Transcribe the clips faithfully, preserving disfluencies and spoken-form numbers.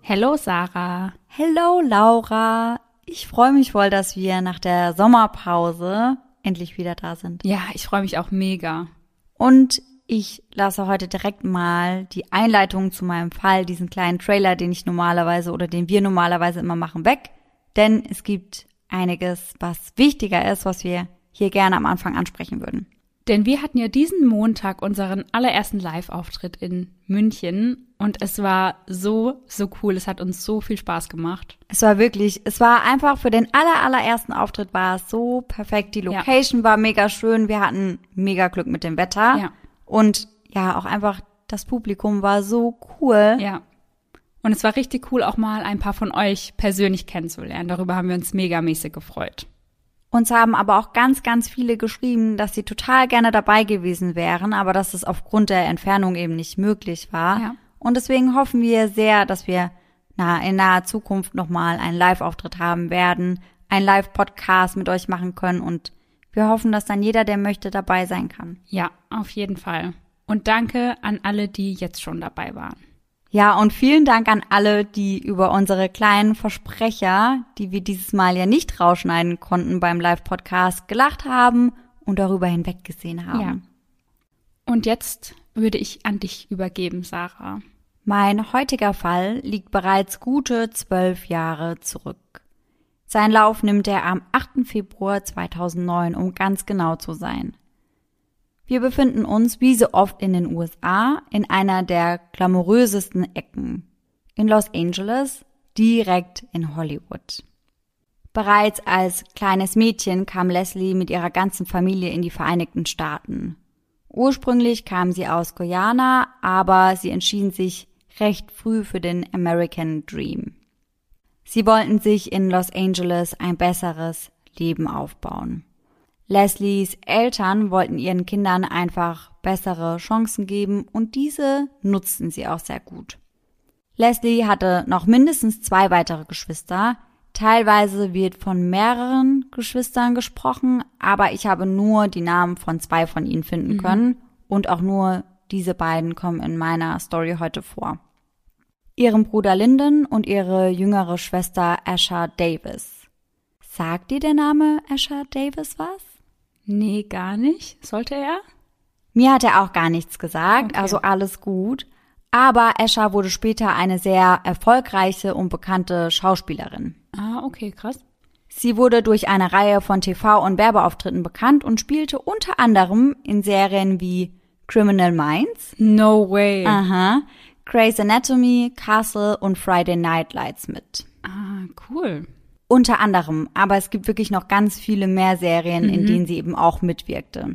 Hello Sarah. Hello Laura. Ich freue mich voll, dass wir nach der Sommerpause endlich wieder da sind. Ja, ich freue mich auch mega. Und ich lasse heute direkt mal die Einleitung zu meinem Fall, diesen kleinen Trailer, den ich normalerweise oder den wir normalerweise immer machen, weg. Denn es gibt einiges, was wichtiger ist, was wir hier gerne am Anfang ansprechen würden. Denn wir hatten ja diesen Montag unseren allerersten Live-Auftritt in München und es war so, so cool. Es hat uns so viel Spaß gemacht. Es war wirklich, es war einfach für den aller, allerersten Auftritt war es so perfekt. Die Location ja. war mega schön. Wir hatten mega Glück mit dem Wetter. Ja. Und ja, auch einfach das Publikum war so cool. Ja. Und es war richtig cool, auch mal ein paar von euch persönlich kennenzulernen. Darüber haben wir uns megamäßig gefreut. Uns haben aber auch ganz, ganz viele geschrieben, dass sie total gerne dabei gewesen wären, aber dass es aufgrund der Entfernung eben nicht möglich war. Ja. Und deswegen hoffen wir sehr, dass wir na, in naher Zukunft nochmal einen Live-Auftritt haben werden, einen Live-Podcast mit euch machen können und wir hoffen, dass dann jeder, der möchte, dabei sein kann. Ja, auf jeden Fall. Und danke an alle, die jetzt schon dabei waren. Ja, und vielen Dank an alle, die über unsere kleinen Versprecher, die wir dieses Mal ja nicht rausschneiden konnten beim Live-Podcast, gelacht haben und darüber hinweggesehen haben. Ja. Und jetzt würde ich an dich übergeben, Sarah. Mein heutiger Fall liegt bereits gute zwölf Jahre zurück. Sein Lauf nimmt er am achten Februar zweitausendneun, um ganz genau zu sein. Wir befinden uns, wie so oft in den U S A, in einer der glamourösesten Ecken, in Los Angeles, direkt in Hollywood. Bereits als kleines Mädchen kam Leslie mit ihrer ganzen Familie in die Vereinigten Staaten. Ursprünglich kam sie aus Guyana, aber sie entschieden sich recht früh für den American Dream. Sie wollten sich in Los Angeles ein besseres Leben aufbauen. Leslies Eltern wollten ihren Kindern einfach bessere Chancen geben und diese nutzten sie auch sehr gut. Leslie hatte noch mindestens zwei weitere Geschwister. Teilweise wird von mehreren Geschwistern gesprochen, aber ich habe nur die Namen von zwei von ihnen finden können mhm. und auch nur diese beiden kommen in meiner Story heute vor. Ihren Bruder Lyndon und ihre jüngere Schwester Asha Davis. Sagt dir der Name Asha Davis was? Nee, gar nicht. Sollte er? Mir hat er auch gar nichts gesagt, okay. Also alles gut. Aber Asha wurde später eine sehr erfolgreiche und bekannte Schauspielerin. Ah, okay, krass. Sie wurde durch eine Reihe von T V- und Werbeauftritten bekannt und spielte unter anderem in Serien wie Criminal Minds. No way. Aha. Grey's Anatomy, Castle und Friday Night Lights mit. Ah, cool. Unter anderem, aber es gibt wirklich noch ganz viele mehr Serien, mhm. in denen sie eben auch mitwirkte.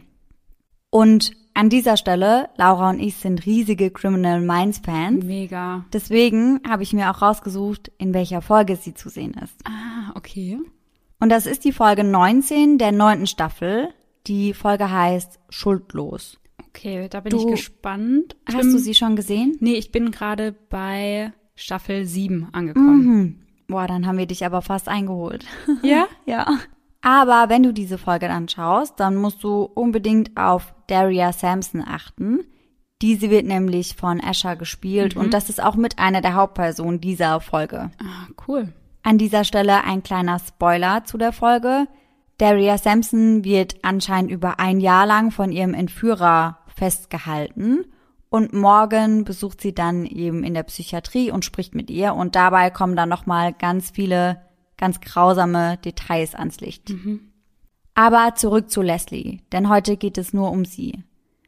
Und an dieser Stelle, Laura und ich sind riesige Criminal Minds Fans. Mega. Deswegen habe ich mir auch rausgesucht, in welcher Folge sie zu sehen ist. Ah, okay. Und das ist die Folge neunzehn der neunten Staffel. Die Folge heißt Schuldlos. Okay, da bin du, ich gespannt. Hast du sie schon gesehen? Nee, ich bin gerade bei Staffel sieben angekommen. Mhm. Boah, dann haben wir dich aber fast eingeholt. Ja? Ja. Aber wenn du diese Folge dann schaust, dann musst du unbedingt auf Daria Sampson achten. Diese wird nämlich von Asha gespielt mhm. und das ist auch mit einer der Hauptpersonen dieser Folge. Ah, cool. An dieser Stelle ein kleiner Spoiler zu der Folge. Daria Sampson wird anscheinend über ein Jahr lang von ihrem Entführer festgehalten. Und morgen besucht sie dann eben in der Psychiatrie und spricht mit ihr. Und dabei kommen dann nochmal ganz viele, ganz grausame Details ans Licht. Mhm. Aber zurück zu Leslie, denn heute geht es nur um sie.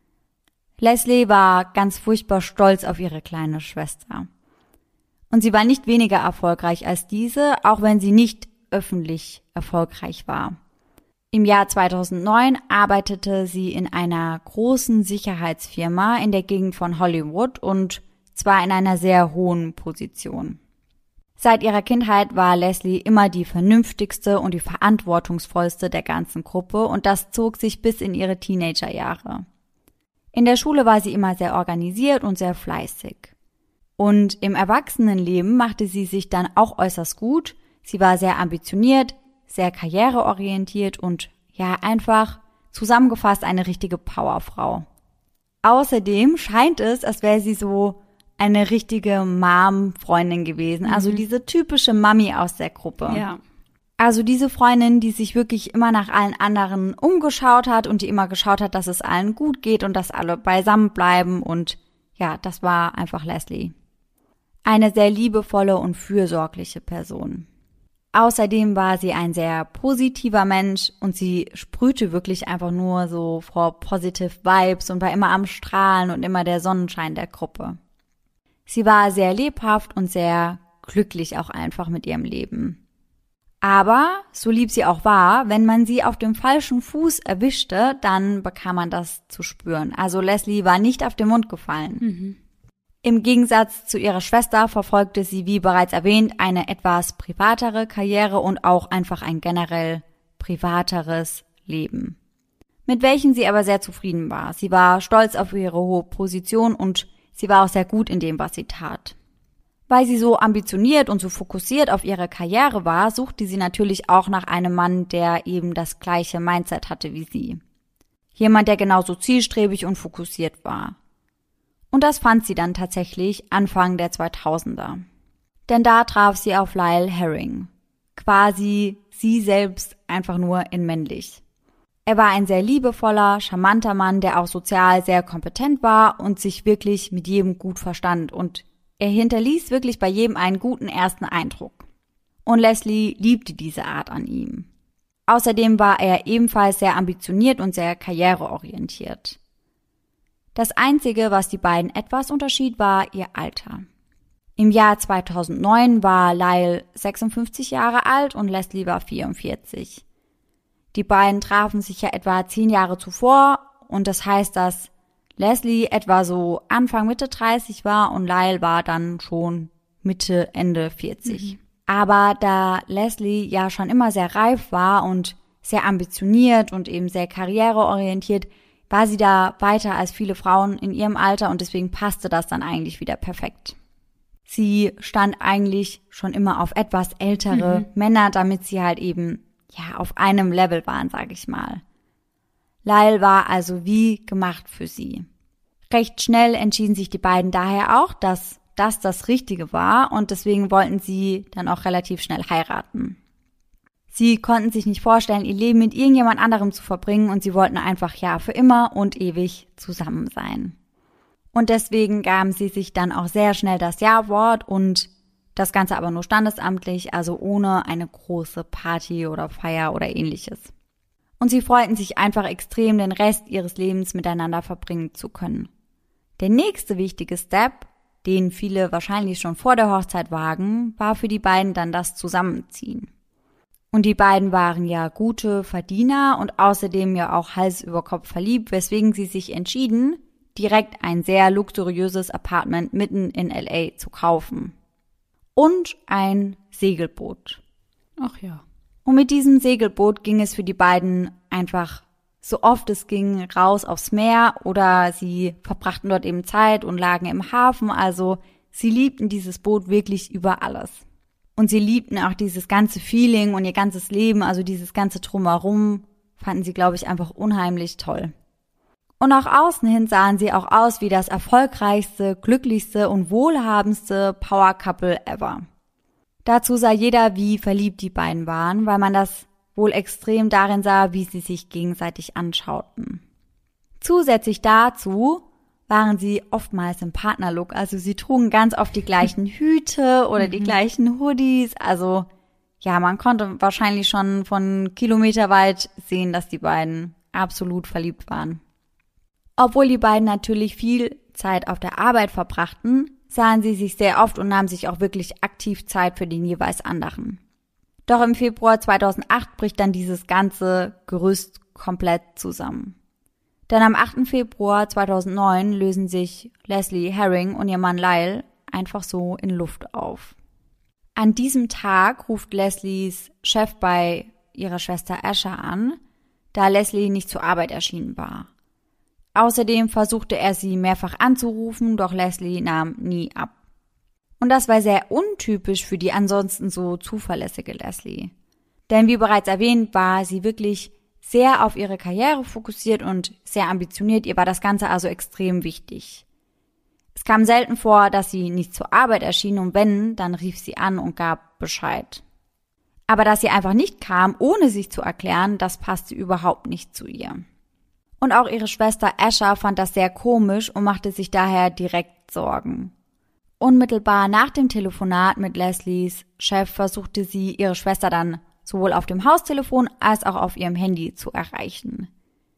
Leslie war ganz furchtbar stolz auf ihre kleine Schwester. Und sie war nicht weniger erfolgreich als diese, auch wenn sie nicht öffentlich erfolgreich war. Im Jahr zweitausendneun arbeitete sie in einer großen Sicherheitsfirma in der Gegend von Hollywood und zwar in einer sehr hohen Position. Seit ihrer Kindheit war Leslie immer die vernünftigste und die verantwortungsvollste der ganzen Gruppe und das zog sich bis in ihre Teenagerjahre. In der Schule war sie immer sehr organisiert und sehr fleißig. Und im Erwachsenenleben machte sie sich dann auch äußerst gut. Sie war sehr ambitioniert, sehr karriereorientiert und ja, einfach zusammengefasst eine richtige Powerfrau. Außerdem scheint es, als wäre sie so eine richtige Mom-Freundin gewesen. Also diese typische Mami aus der Gruppe. Ja. Also diese Freundin, die sich wirklich immer nach allen anderen umgeschaut hat und die immer geschaut hat, dass es allen gut geht und dass alle beisammen bleiben. Und ja, das war einfach Leslie. Eine sehr liebevolle und fürsorgliche Person. Außerdem war sie ein sehr positiver Mensch und sie sprühte wirklich einfach nur so vor positive Vibes und war immer am Strahlen und immer der Sonnenschein der Gruppe. Sie war sehr lebhaft und sehr glücklich auch einfach mit ihrem Leben. Aber, so lieb sie auch war, wenn man sie auf dem falschen Fuß erwischte, dann bekam man das zu spüren. Also Leslie war nicht auf den Mund gefallen. Mhm. Im Gegensatz zu ihrer Schwester verfolgte sie, wie bereits erwähnt, eine etwas privatere Karriere und auch einfach ein generell privateres Leben, mit welchem sie aber sehr zufrieden war. Sie war stolz auf ihre hohe Position und sie war auch sehr gut in dem, was sie tat. Weil sie so ambitioniert und so fokussiert auf ihre Karriere war, suchte sie natürlich auch nach einem Mann, der eben das gleiche Mindset hatte wie sie. Jemand, der genauso zielstrebig und fokussiert war. Und das fand sie dann tatsächlich Anfang der zweitausender. Denn da traf sie auf Lyle Herring. Quasi sie selbst einfach nur in männlich. Er war ein sehr liebevoller, charmanter Mann, der auch sozial sehr kompetent war und sich wirklich mit jedem gut verstand. Und er hinterließ wirklich bei jedem einen guten ersten Eindruck. Und Leslie liebte diese Art an ihm. Außerdem war er ebenfalls sehr ambitioniert und sehr karriereorientiert. Das Einzige, was die beiden etwas unterschied, war ihr Alter. Im Jahr zweitausendneun war Lyle sechsundfünfzig Jahre alt und Leslie war vierundvierzig. Die beiden trafen sich ja etwa zehn Jahre zuvor und das heißt, dass Leslie etwa so Anfang Mitte dreißig war und Lyle war dann schon Mitte, Ende vierzig. Mhm. Aber da Leslie ja schon immer sehr reif war und sehr ambitioniert und eben sehr karriereorientiert, war sie da weiter als viele Frauen in ihrem Alter und deswegen passte das dann eigentlich wieder perfekt. Sie stand eigentlich schon immer auf etwas ältere mhm. Männer, damit sie halt eben ja auf einem Level waren, sage ich mal. Lyle war also wie gemacht für sie. Recht schnell entschieden sich die beiden daher auch, dass das das Richtige war und deswegen wollten sie dann auch relativ schnell heiraten. Sie konnten sich nicht vorstellen, ihr Leben mit irgendjemand anderem zu verbringen und sie wollten einfach ja für immer und ewig zusammen sein. Und deswegen gaben sie sich dann auch sehr schnell das Ja-Wort und das Ganze aber nur standesamtlich, also ohne eine große Party oder Feier oder ähnliches. Und sie freuten sich einfach extrem, den Rest ihres Lebens miteinander verbringen zu können. Der nächste wichtige Step, den viele wahrscheinlich schon vor der Hochzeit wagen, war für die beiden dann das Zusammenziehen. Und die beiden waren ja gute Verdiener und außerdem ja auch Hals über Kopf verliebt, weswegen sie sich entschieden, direkt ein sehr luxuriöses Apartment mitten in L A zu kaufen. Und ein Segelboot. Ach ja. Und mit diesem Segelboot ging es für die beiden einfach so oft es ging raus aufs Meer oder sie verbrachten dort eben Zeit und lagen im Hafen. Also sie liebten dieses Boot wirklich über alles. Und sie liebten auch dieses ganze Feeling und ihr ganzes Leben, also dieses ganze Drumherum, fanden sie, glaube ich, einfach unheimlich toll. Und nach außen hin sahen sie auch aus wie das erfolgreichste, glücklichste und wohlhabendste Power Couple ever. Dazu sah jeder, wie verliebt die beiden waren, weil man das wohl extrem darin sah, wie sie sich gegenseitig anschauten. Zusätzlich dazu waren sie oftmals im Partnerlook, also sie trugen ganz oft die gleichen Hüte oder die gleichen Hoodies, also ja, man konnte wahrscheinlich schon von kilometerweit sehen, dass die beiden absolut verliebt waren. Obwohl die beiden natürlich viel Zeit auf der Arbeit verbrachten, sahen sie sich sehr oft und nahmen sich auch wirklich aktiv Zeit für den jeweils anderen. Doch im Februar zweitausendacht bricht dann dieses ganze Gerüst komplett zusammen. Denn am achten Februar zweitausendneun lösen sich Leslie Herring und ihr Mann Lyle einfach so in Luft auf. An diesem Tag ruft Leslies Chef bei ihrer Schwester Asher an, da Leslie nicht zur Arbeit erschienen war. Außerdem versuchte er sie mehrfach anzurufen, doch Leslie nahm nie ab. Und das war sehr untypisch für die ansonsten so zuverlässige Leslie. Denn wie bereits erwähnt, war sie wirklich sehr auf ihre Karriere fokussiert und sehr ambitioniert. Ihr war das Ganze also extrem wichtig. Es Es kam selten vor, dass sie nicht zur Arbeit erschien und wenn, dann rief sie an und gab Bescheid. Aber dass sie einfach nicht kam, ohne sich zu erklären, das passte überhaupt nicht zu ihr. Und auch ihre Schwester Asha fand das sehr komisch und machte sich daher direkt Sorgen. Unmittelbar nach dem Telefonat mit Leslies Chef versuchte sie, ihre Schwester dann sowohl auf dem Haustelefon als auch auf ihrem Handy zu erreichen.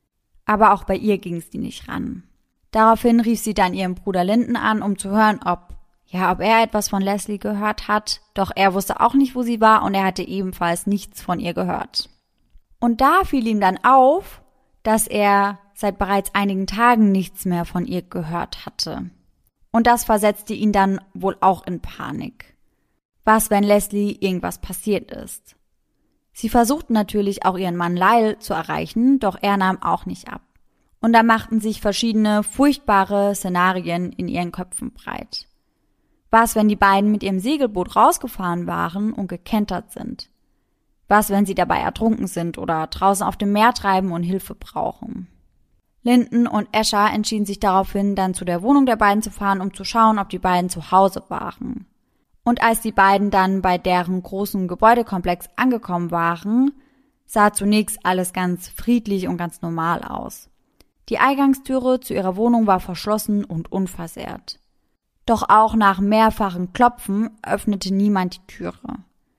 Aber auch bei ihr ging sie nicht ran. Daraufhin rief sie dann ihren Bruder Lyndon an, um zu hören, ob, ja, ob er etwas von Leslie gehört hat. Doch er wusste auch nicht, wo sie war und er hatte ebenfalls nichts von ihr gehört. Und da fiel ihm dann auf, dass er seit bereits einigen Tagen nichts mehr von ihr gehört hatte. Und das versetzte ihn dann wohl auch in Panik. Was, wenn Leslie irgendwas passiert ist? Sie versuchten natürlich auch ihren Mann Lyle zu erreichen, doch er nahm auch nicht ab. Und da machten sich verschiedene furchtbare Szenarien in ihren Köpfen breit. Was, wenn die beiden mit ihrem Segelboot rausgefahren waren und gekentert sind? Was, wenn sie dabei ertrunken sind oder draußen auf dem Meer treiben und Hilfe brauchen? Lyndon und Asha entschieden sich daraufhin, dann zu der Wohnung der beiden zu fahren, um zu schauen, ob die beiden zu Hause waren. Und als die beiden dann bei deren großen Gebäudekomplex angekommen waren, sah zunächst alles ganz friedlich und ganz normal aus. Die Eingangstüre zu ihrer Wohnung war verschlossen und unversehrt. Doch auch nach mehrfachen Klopfen öffnete niemand die Türe.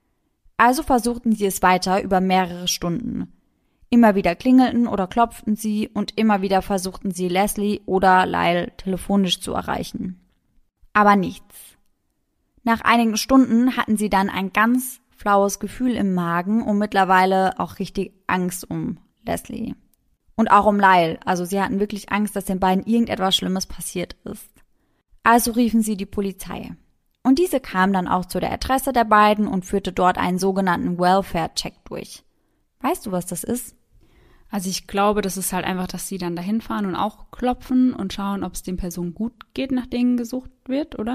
Also versuchten sie es weiter über mehrere Stunden. Immer wieder klingelten oder klopften sie und immer wieder versuchten sie Leslie oder Lyle telefonisch zu erreichen. Aber nichts. Nach einigen Stunden hatten sie dann ein ganz flaues Gefühl im Magen und mittlerweile auch richtig Angst um Leslie. Und auch um Lyle, also sie hatten wirklich Angst, dass den beiden irgendetwas Schlimmes passiert ist. Also riefen sie die Polizei. Und diese kam dann auch zu der Adresse der beiden und führte dort einen sogenannten Welfare-Check durch. Weißt du, was das ist? Also ich glaube, das ist halt einfach, dass sie dann dahin fahren und auch klopfen und schauen, ob es den Personen gut geht, nach denen gesucht wird, oder?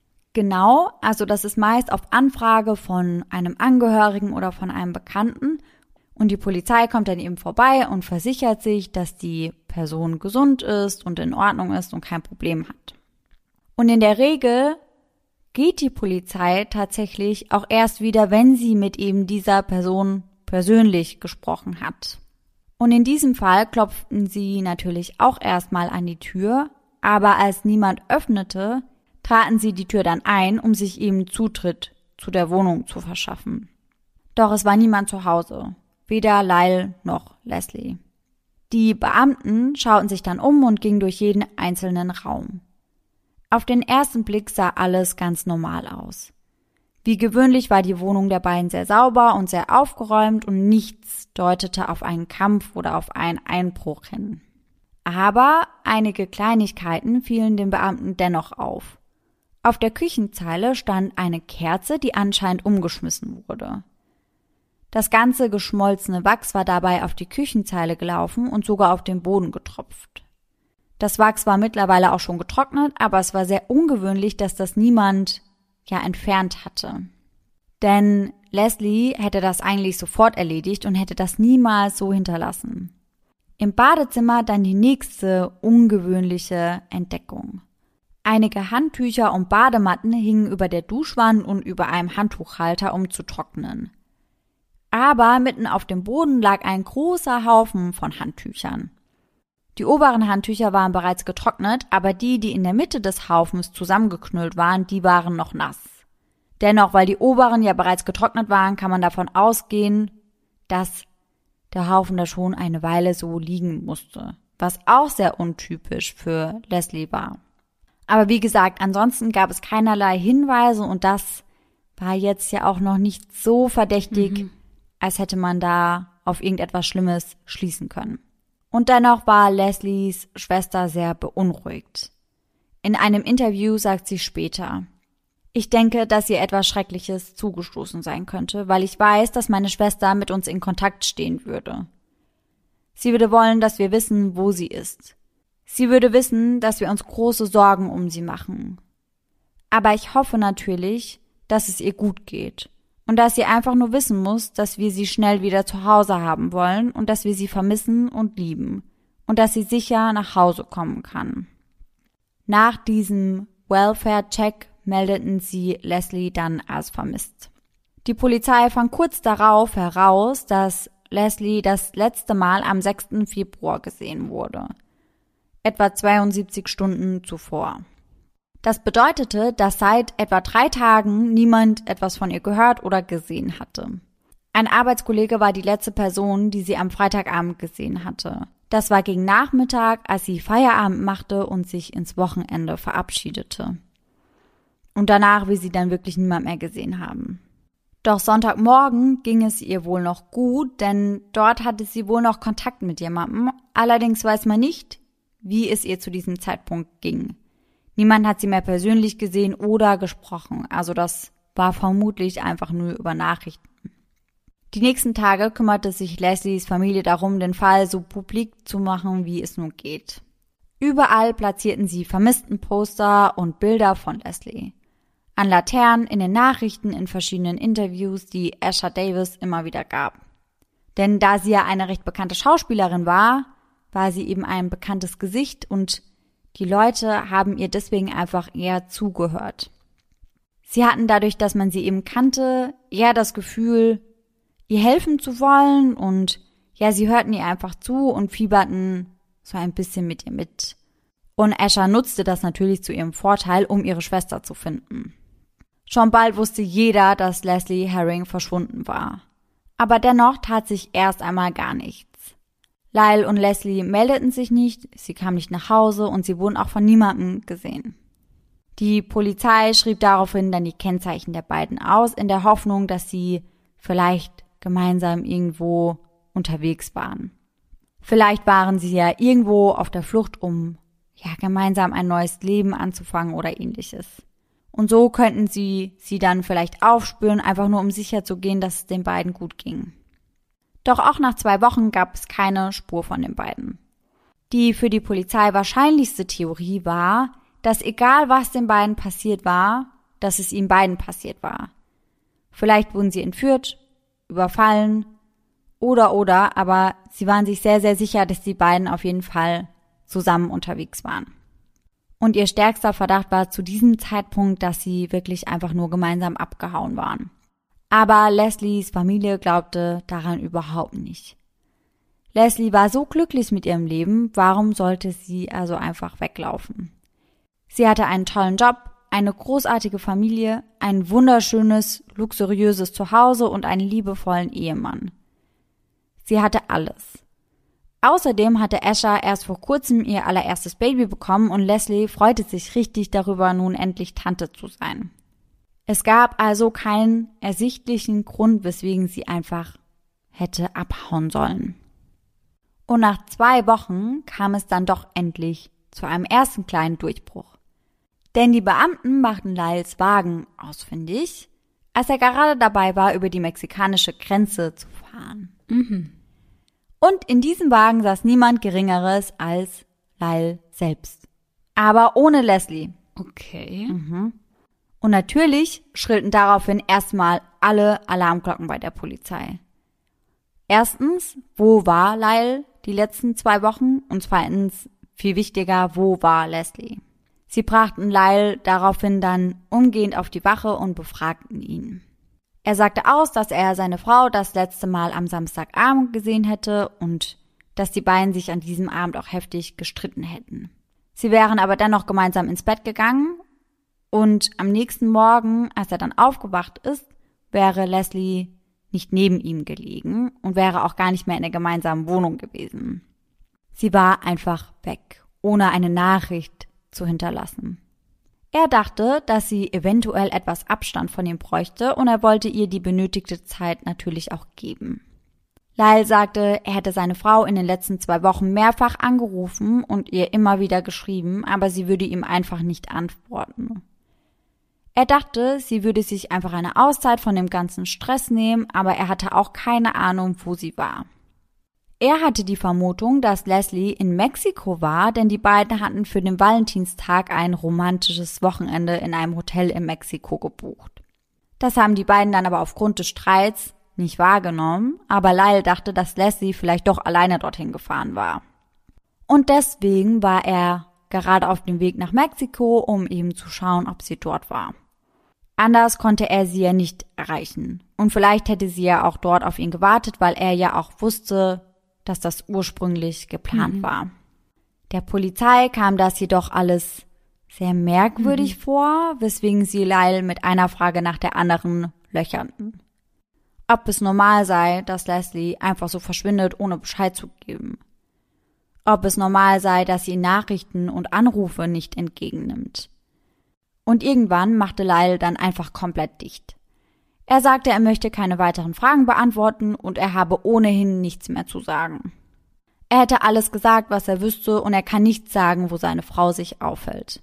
Genau, also das ist meist auf Anfrage von einem Angehörigen oder von einem Bekannten. Und die Polizei kommt dann eben vorbei und versichert sich, dass die Person gesund ist und in Ordnung ist und kein Problem hat. Und in der Regel geht die Polizei tatsächlich auch erst wieder, wenn sie mit eben dieser Person persönlich gesprochen hat. Und in diesem Fall klopften sie natürlich auch erstmal an die Tür, aber als niemand öffnete, traten sie die Tür dann ein, um sich eben Zutritt zu der Wohnung zu verschaffen. Doch es war niemand zu Hause. Weder Lyle noch Leslie. Die Beamten schauten sich dann um und gingen durch jeden einzelnen Raum. Auf den ersten Blick sah alles ganz normal aus. Wie gewöhnlich war die Wohnung der beiden sehr sauber und sehr aufgeräumt und nichts deutete auf einen Kampf oder auf einen Einbruch hin. Aber einige Kleinigkeiten fielen den Beamten dennoch auf. Auf der Küchenzeile stand eine Kerze, die anscheinend umgeschmissen wurde. Das ganze geschmolzene Wachs war dabei auf die Küchenzeile gelaufen und sogar auf den Boden getropft. Das Wachs war mittlerweile auch schon getrocknet, aber es war sehr ungewöhnlich, dass das niemand ja entfernt hatte. Denn Leslie hätte das eigentlich sofort erledigt und hätte das niemals so hinterlassen. Im Badezimmer dann die nächste ungewöhnliche Entdeckung. Einige Handtücher und Badematten hingen über der Duschwand und über einem Handtuchhalter, um zu trocknen. Aber mitten auf dem Boden lag ein großer Haufen von Handtüchern. Die oberen Handtücher waren bereits getrocknet, aber die, die in der Mitte des Haufens zusammengeknüllt waren, die waren noch nass. Dennoch, weil die oberen ja bereits getrocknet waren, kann man davon ausgehen, dass der Haufen da schon eine Weile so liegen musste, was auch sehr untypisch für Leslie war. Aber wie gesagt, ansonsten gab es keinerlei Hinweise und das war jetzt ja auch noch nicht so verdächtig, mhm. als hätte man da auf irgendetwas Schlimmes schließen können. Und dennoch war Leslies Schwester sehr beunruhigt. In einem Interview sagt sie später: Ich denke, dass ihr etwas Schreckliches zugestoßen sein könnte, weil ich weiß, dass meine Schwester mit uns in Kontakt stehen würde. Sie würde wollen, dass wir wissen, wo sie ist. Sie würde wissen, dass wir uns große Sorgen um sie machen. Aber ich hoffe natürlich, dass es ihr gut geht und dass sie einfach nur wissen muss, dass wir sie schnell wieder zu Hause haben wollen und dass wir sie vermissen und lieben und dass sie sicher nach Hause kommen kann. Nach diesem Welfare-Check meldeten sie Leslie dann als vermisst. Die Polizei fand kurz darauf heraus, dass Leslie das letzte Mal am sechsten Februar gesehen wurde, etwa zweiundsiebzig Stunden zuvor. Das bedeutete, dass seit etwa drei Tagen niemand etwas von ihr gehört oder gesehen hatte. Ein Arbeitskollege war die letzte Person, die sie am Freitagabend gesehen hatte. Das war gegen Nachmittag, als sie Feierabend machte und sich ins Wochenende verabschiedete. Und danach will sie dann wirklich niemand mehr gesehen haben. Doch Sonntagmorgen ging es ihr wohl noch gut, denn dort hatte sie wohl noch Kontakt mit jemandem. Allerdings weiß man nicht, wie es ihr zu diesem Zeitpunkt ging. Niemand hat sie mehr persönlich gesehen oder gesprochen, also das war vermutlich einfach nur über Nachrichten. Die nächsten Tage kümmerte sich Leslies Familie darum, den Fall so publik zu machen, wie es nur geht. Überall platzierten sie Vermisstenposter und Bilder von Leslie. An Laternen, in den Nachrichten, in verschiedenen Interviews, die Asha Davis immer wieder gab. Denn da sie ja eine recht bekannte Schauspielerin war, war sie eben ein bekanntes Gesicht und die Leute haben ihr deswegen einfach eher zugehört. Sie hatten dadurch, dass man sie eben kannte, eher das Gefühl, ihr helfen zu wollen und ja, sie hörten ihr einfach zu und fieberten so ein bisschen mit ihr mit. Und Asha nutzte das natürlich zu ihrem Vorteil, um ihre Schwester zu finden. Schon bald wusste jeder, dass Leslie Herring verschwunden war. Aber dennoch tat sich erst einmal gar nichts. Lyle und Leslie meldeten sich nicht, sie kam nicht nach Hause und sie wurden auch von niemandem gesehen. Die Polizei schrieb daraufhin dann die Kennzeichen der beiden aus, in der Hoffnung, dass sie vielleicht gemeinsam irgendwo unterwegs waren. Vielleicht waren sie ja irgendwo auf der Flucht, um ja gemeinsam ein neues Leben anzufangen oder ähnliches. Und so könnten sie sie dann vielleicht aufspüren, einfach nur um sicher zu gehen, dass es den beiden gut ging. Doch auch nach zwei Wochen gab es keine Spur von den beiden. Die für die Polizei wahrscheinlichste Theorie war, dass egal was den beiden passiert war, dass es ihnen beiden passiert war. Vielleicht wurden sie entführt, überfallen oder oder, aber sie waren sich sehr, sehr sicher, dass die beiden auf jeden Fall zusammen unterwegs waren. Und ihr stärkster Verdacht war zu diesem Zeitpunkt, dass sie wirklich einfach nur gemeinsam abgehauen waren. Aber Leslies Familie glaubte daran überhaupt nicht. Leslie war so glücklich mit ihrem Leben, warum sollte sie also einfach weglaufen? Sie hatte einen tollen Job, eine großartige Familie, ein wunderschönes, luxuriöses Zuhause und einen liebevollen Ehemann. Sie hatte alles. Außerdem hatte Asha erst vor kurzem ihr allererstes Baby bekommen und Leslie freute sich richtig darüber, nun endlich Tante zu sein. Es gab also keinen ersichtlichen Grund, weswegen sie einfach hätte abhauen sollen. Und nach zwei Wochen kam es dann doch endlich zu einem ersten kleinen Durchbruch. Denn die Beamten machten Lyles Wagen ausfindig, als er gerade dabei war, über die mexikanische Grenze zu fahren. Mhm. Und in diesem Wagen saß niemand Geringeres als Lyle selbst. Aber ohne Leslie. Okay. Mhm. Und natürlich schrillten daraufhin erstmal alle Alarmglocken bei der Polizei. Erstens, wo war Lyle die letzten zwei Wochen? Und zweitens, viel wichtiger, wo war Leslie? Sie brachten Lyle daraufhin dann umgehend auf die Wache und befragten ihn. Er sagte aus, dass er seine Frau das letzte Mal am Samstagabend gesehen hätte und dass die beiden sich an diesem Abend auch heftig gestritten hätten. Sie wären aber dennoch gemeinsam ins Bett gegangen und am nächsten Morgen, als er dann aufgewacht ist, wäre Leslie nicht neben ihm gelegen und wäre auch gar nicht mehr in der gemeinsamen Wohnung gewesen. Sie war einfach weg, ohne eine Nachricht zu hinterlassen. Er dachte, dass sie eventuell etwas Abstand von ihm bräuchte und er wollte ihr die benötigte Zeit natürlich auch geben. Lyle sagte, er hätte seine Frau in den letzten zwei Wochen mehrfach angerufen und ihr immer wieder geschrieben, aber sie würde ihm einfach nicht antworten. Er dachte, sie würde sich einfach eine Auszeit von dem ganzen Stress nehmen, aber er hatte auch keine Ahnung, wo sie war. Er hatte die Vermutung, dass Leslie in Mexiko war, denn die beiden hatten für den Valentinstag ein romantisches Wochenende in einem Hotel in Mexiko gebucht. Das haben die beiden dann aber aufgrund des Streits nicht wahrgenommen, aber Lyle dachte, dass Leslie vielleicht doch alleine dorthin gefahren war. Und deswegen war er gerade auf dem Weg nach Mexiko, um eben zu schauen, ob sie dort war. Anders konnte er sie ja nicht erreichen. Und vielleicht hätte sie ja auch dort auf ihn gewartet, weil er ja auch wusste, dass das ursprünglich geplant mhm. war. Der Polizei kam das jedoch alles sehr merkwürdig mhm. vor, weswegen sie Lyle mit einer Frage nach der anderen löcherten. Ob es normal sei, dass Leslie einfach so verschwindet, ohne Bescheid zu geben. Ob es normal sei, dass sie Nachrichten und Anrufe nicht entgegennimmt. Und irgendwann machte Lyle dann einfach komplett dicht. Er sagte, er möchte keine weiteren Fragen beantworten und er habe ohnehin nichts mehr zu sagen. Er hätte alles gesagt, was er wüsste, und er kann nicht sagen, wo seine Frau sich aufhält.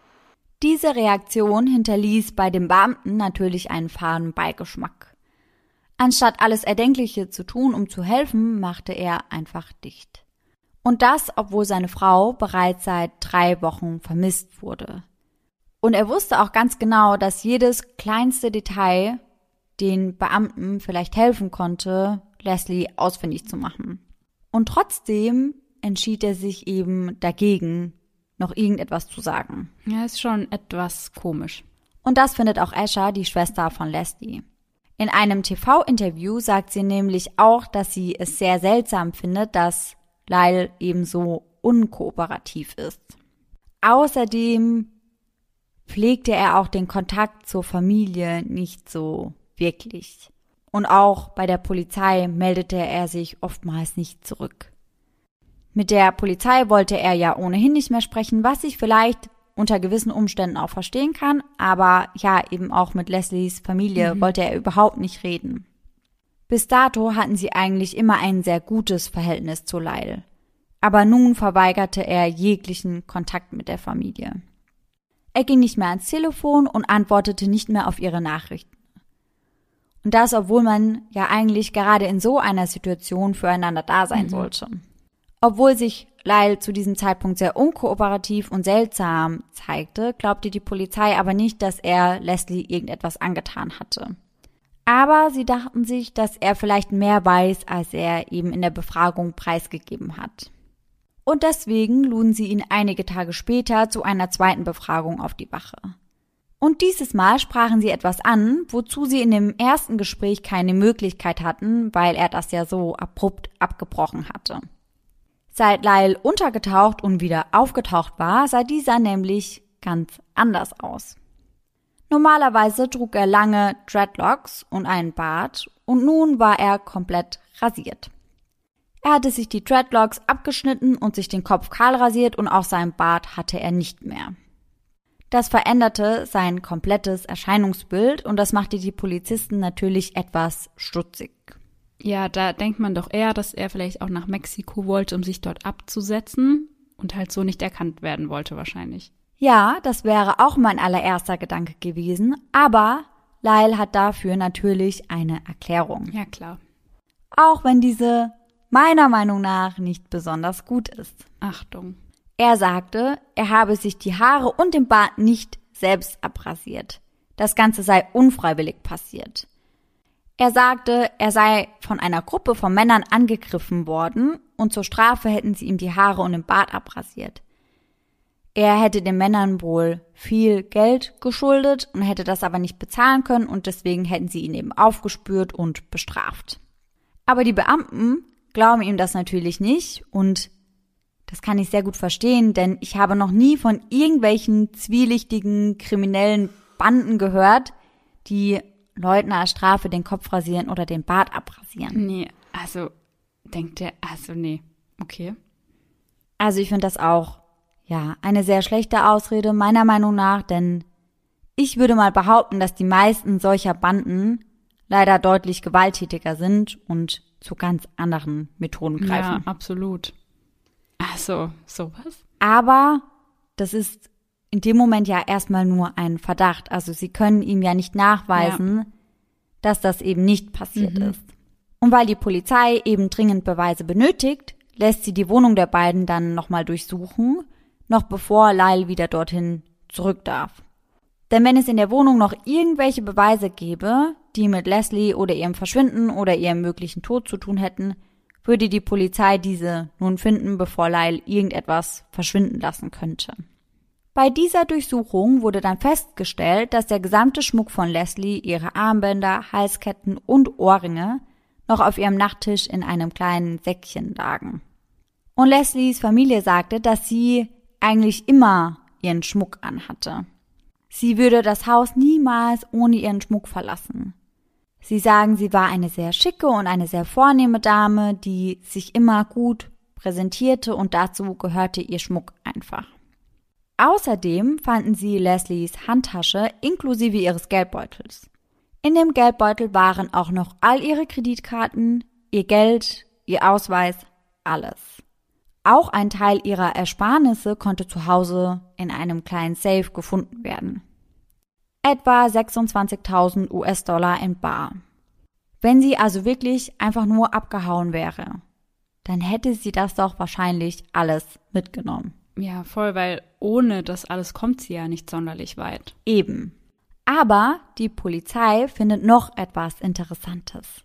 Diese Reaktion hinterließ bei dem Beamten natürlich einen faden Beigeschmack. Anstatt alles Erdenkliche zu tun, um zu helfen, machte er einfach dicht. Und das, obwohl seine Frau bereits seit drei Wochen vermisst wurde. Und er wusste auch ganz genau, dass jedes kleinste Detail den Beamten vielleicht helfen konnte, Leslie ausfindig zu machen. Und trotzdem entschied er sich eben dagegen, noch irgendetwas zu sagen. Ja, ist schon etwas komisch. Und das findet auch Asha, die Schwester von Leslie. In einem T V-Interview sagt sie nämlich auch, dass sie es sehr seltsam findet, dass Lyle eben so unkooperativ ist. Außerdem pflegte er auch den Kontakt zur Familie nicht so wirklich. Und auch bei der Polizei meldete er sich oftmals nicht zurück. Mit der Polizei wollte er ja ohnehin nicht mehr sprechen, was ich vielleicht unter gewissen Umständen auch verstehen kann, aber ja, eben auch mit Leslies Familie mhm. wollte er überhaupt nicht reden. Bis dato hatten sie eigentlich immer ein sehr gutes Verhältnis zu Lyle. Aber nun verweigerte er jeglichen Kontakt mit der Familie. Er ging nicht mehr ans Telefon und antwortete nicht mehr auf ihre Nachrichten. Und das, obwohl man ja eigentlich gerade in so einer Situation füreinander da sein mhm. sollte. Obwohl sich Lyle zu diesem Zeitpunkt sehr unkooperativ und seltsam zeigte, glaubte die Polizei aber nicht, dass er Leslie irgendetwas angetan hatte. Aber sie dachten sich, dass er vielleicht mehr weiß, als er eben in der Befragung preisgegeben hat. Und deswegen luden sie ihn einige Tage später zu einer zweiten Befragung auf die Wache. Und dieses Mal sprachen sie etwas an, wozu sie in dem ersten Gespräch keine Möglichkeit hatten, weil er das ja so abrupt abgebrochen hatte. Seit Lyle untergetaucht und wieder aufgetaucht war, sah dieser nämlich ganz anders aus. Normalerweise trug er lange Dreadlocks und einen Bart und nun war er komplett rasiert. Er hatte sich die Dreadlocks abgeschnitten und sich den Kopf kahl rasiert und auch seinen Bart hatte er nicht mehr. Das veränderte sein komplettes Erscheinungsbild und das machte die Polizisten natürlich etwas stutzig. Ja, da denkt man doch eher, dass er vielleicht auch nach Mexiko wollte, um sich dort abzusetzen und halt so nicht erkannt werden wollte wahrscheinlich. Ja, das wäre auch mein allererster Gedanke gewesen, aber Lyle hat dafür natürlich eine Erklärung. Ja, klar. Auch wenn diese meiner Meinung nach nicht besonders gut ist. Achtung. Er sagte, er habe sich die Haare und den Bart nicht selbst abrasiert. Das Ganze sei unfreiwillig passiert. Er sagte, er sei von einer Gruppe von Männern angegriffen worden und zur Strafe hätten sie ihm die Haare und den Bart abrasiert. Er hätte den Männern wohl viel Geld geschuldet und hätte das aber nicht bezahlen können und deswegen hätten sie ihn eben aufgespürt und bestraft. Aber die Beamten glauben ihm das natürlich nicht und das kann ich sehr gut verstehen, denn ich habe noch nie von irgendwelchen zwielichtigen, kriminellen Banden gehört, die Leuten als Strafe den Kopf rasieren oder den Bart abrasieren. Nee, also denkt der, also nee, okay. Also ich finde das auch, ja, eine sehr schlechte Ausrede meiner Meinung nach, denn ich würde mal behaupten, dass die meisten solcher Banden leider deutlich gewalttätiger sind und zu ganz anderen Methoden greifen. Ja, absolut. Also, sowas? Aber das ist in dem Moment ja erstmal nur ein Verdacht. Also sie können ihm ja nicht nachweisen, ja. dass das eben nicht passiert mhm. ist. Und weil die Polizei eben dringend Beweise benötigt, lässt sie die Wohnung der beiden dann nochmal durchsuchen, noch bevor Lyle wieder dorthin zurück darf. Denn wenn es in der Wohnung noch irgendwelche Beweise gäbe, die mit Leslie oder ihrem Verschwinden oder ihrem möglichen Tod zu tun hätten, würde die Polizei diese nun finden, bevor Lyle irgendetwas verschwinden lassen könnte. Bei dieser Durchsuchung wurde dann festgestellt, dass der gesamte Schmuck von Leslie, ihre Armbänder, Halsketten und Ohrringe noch auf ihrem Nachttisch in einem kleinen Säckchen lagen. Und Leslies Familie sagte, dass sie eigentlich immer ihren Schmuck anhatte. Sie würde das Haus niemals ohne ihren Schmuck verlassen. Sie sagen, sie war eine sehr schicke und eine sehr vornehme Dame, die sich immer gut präsentierte und dazu gehörte ihr Schmuck einfach. Außerdem fanden sie Leslies Handtasche inklusive ihres Geldbeutels. In dem Geldbeutel waren auch noch all ihre Kreditkarten, ihr Geld, ihr Ausweis, alles. Auch ein Teil ihrer Ersparnisse konnte zu Hause in einem kleinen Safe gefunden werden. Etwa sechsundzwanzigtausend US-Dollar in bar. Wenn sie also wirklich einfach nur abgehauen wäre, dann hätte sie das doch wahrscheinlich alles mitgenommen. Ja, voll, weil ohne das alles kommt sie ja nicht sonderlich weit. Eben. Aber die Polizei findet noch etwas Interessantes.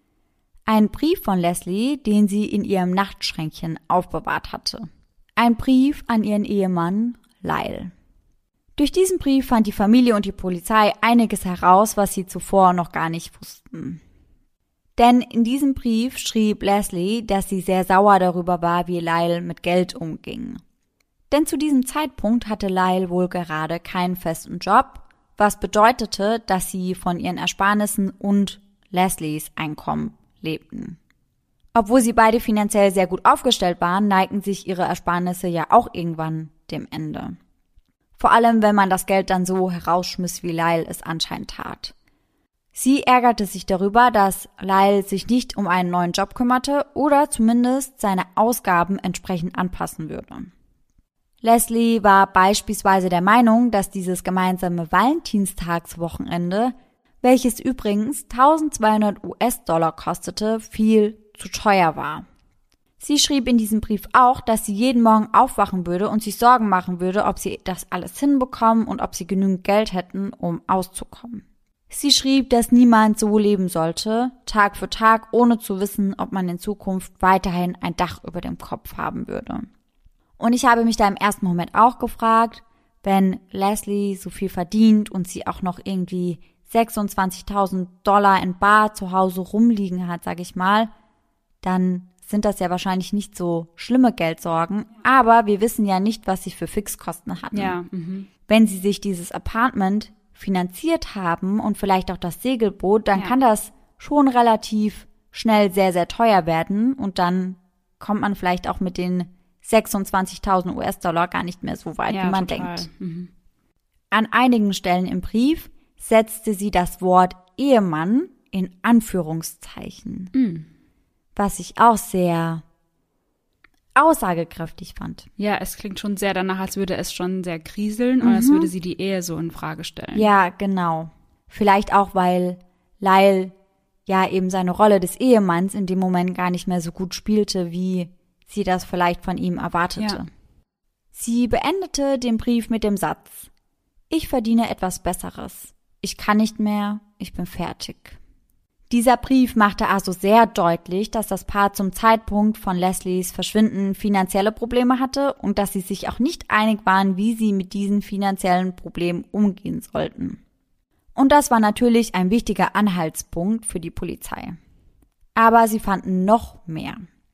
Ein Brief von Leslie, den sie in ihrem Nachtschränkchen aufbewahrt hatte. Ein Brief an ihren Ehemann Lyle. Durch diesen Brief fand die Familie und die Polizei einiges heraus, was sie zuvor noch gar nicht wussten. Denn in diesem Brief schrieb Leslie, dass sie sehr sauer darüber war, wie Lyle mit Geld umging. Denn zu diesem Zeitpunkt hatte Lyle wohl gerade keinen festen Job, was bedeutete, dass sie von ihren Ersparnissen und Leslies Einkommen lebten. Obwohl sie beide finanziell sehr gut aufgestellt waren, neigten sich ihre Ersparnisse ja auch irgendwann dem Ende. Vor allem, wenn man das Geld dann so herausschmiss, wie Lyle es anscheinend tat. Sie ärgerte sich darüber, dass Lyle sich nicht um einen neuen Job kümmerte oder zumindest seine Ausgaben entsprechend anpassen würde. Leslie war beispielsweise der Meinung, dass dieses gemeinsame Valentinstagswochenende, welches übrigens eintausendzweihundert US-Dollar kostete, viel zu teuer war. Sie schrieb in diesem Brief auch, dass sie jeden Morgen aufwachen würde und sich Sorgen machen würde, ob sie das alles hinbekommen und ob sie genügend Geld hätten, um auszukommen. Sie schrieb, dass niemand so leben sollte, Tag für Tag, ohne zu wissen, ob man in Zukunft weiterhin ein Dach über dem Kopf haben würde. Und ich habe mich da im ersten Moment auch gefragt, wenn Leslie so viel verdient und sie auch noch irgendwie sechsundzwanzigtausend Dollar in bar zu Hause rumliegen hat, sag ich mal, dann sind das ja wahrscheinlich nicht so schlimme Geldsorgen, aber wir wissen ja nicht, was sie für Fixkosten hatten. Ja, mhm. Wenn sie sich dieses Apartment finanziert haben und vielleicht auch das Segelboot, dann ja. kann das schon relativ schnell sehr, sehr teuer werden und dann kommt man vielleicht auch mit den sechsundzwanzigtausend US-Dollar gar nicht mehr so weit, ja, wie man total. denkt. Mhm. An einigen Stellen im Brief setzte sie das Wort Ehemann in Anführungszeichen, Mhm. was ich auch sehr aussagekräftig fand. Ja, es klingt schon sehr danach, als würde es schon sehr kriseln Mhm. und als würde sie die Ehe so in Frage stellen. Ja, genau. Vielleicht auch, weil Lyle ja eben seine Rolle des Ehemanns in dem Moment gar nicht mehr so gut spielte, wie sie das vielleicht von ihm erwartete. Ja. Sie beendete den Brief mit dem Satz: Ich verdiene etwas Besseres. Ich kann nicht mehr, ich bin fertig. Dieser Brief machte also sehr deutlich, dass das Paar zum Zeitpunkt von Leslies Verschwinden finanzielle Probleme hatte und dass sie sich auch nicht einig waren, wie sie mit diesen finanziellen Problemen umgehen sollten. Und das war natürlich ein wichtiger Anhaltspunkt für die Polizei. Aber sie fanden noch mehr.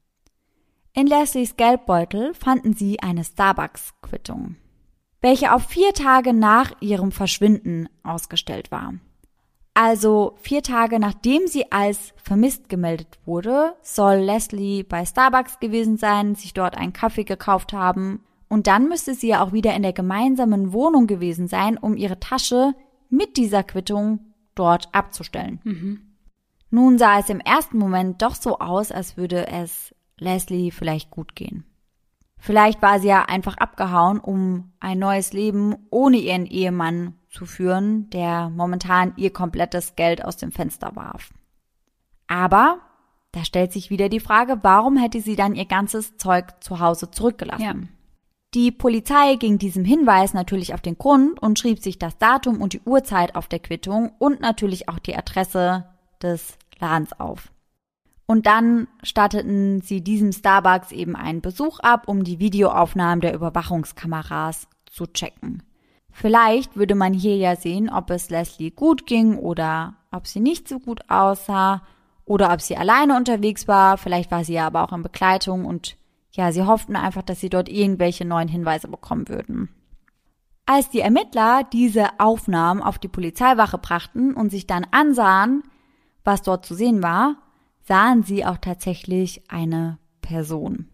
In Leslies Geldbeutel fanden sie eine Starbucks-Quittung, welche auf vier Tage nach ihrem Verschwinden ausgestellt war. Also vier Tage nachdem sie als vermisst gemeldet wurde, soll Leslie bei Starbucks gewesen sein, sich dort einen Kaffee gekauft haben und dann müsste sie ja auch wieder in der gemeinsamen Wohnung gewesen sein, um ihre Tasche mit dieser Quittung dort abzustellen. Mhm. Nun sah es im ersten Moment doch so aus, als würde es Leslie vielleicht gut gehen. Vielleicht war sie ja einfach abgehauen, um ein neues Leben ohne ihren Ehemann zu führen, der momentan ihr komplettes Geld aus dem Fenster warf. Aber da stellt sich wieder die Frage, warum hätte sie dann ihr ganzes Zeug zu Hause zurückgelassen? Ja. Die Polizei ging diesem Hinweis natürlich auf den Grund und schrieb sich das Datum und die Uhrzeit auf der Quittung und natürlich auch die Adresse des Ladens auf. Und dann statteten sie diesem Starbucks eben einen Besuch ab, um die Videoaufnahmen der Überwachungskameras zu checken. Vielleicht würde man hier ja sehen, ob es Leslie gut ging oder ob sie nicht so gut aussah oder ob sie alleine unterwegs war. Vielleicht war sie ja aber auch in Begleitung und ja, sie hofften einfach, dass sie dort irgendwelche neuen Hinweise bekommen würden. Als die Ermittler diese Aufnahmen auf die Polizeiwache brachten und sich dann ansahen, was dort zu sehen war, sahen sie auch tatsächlich eine Person.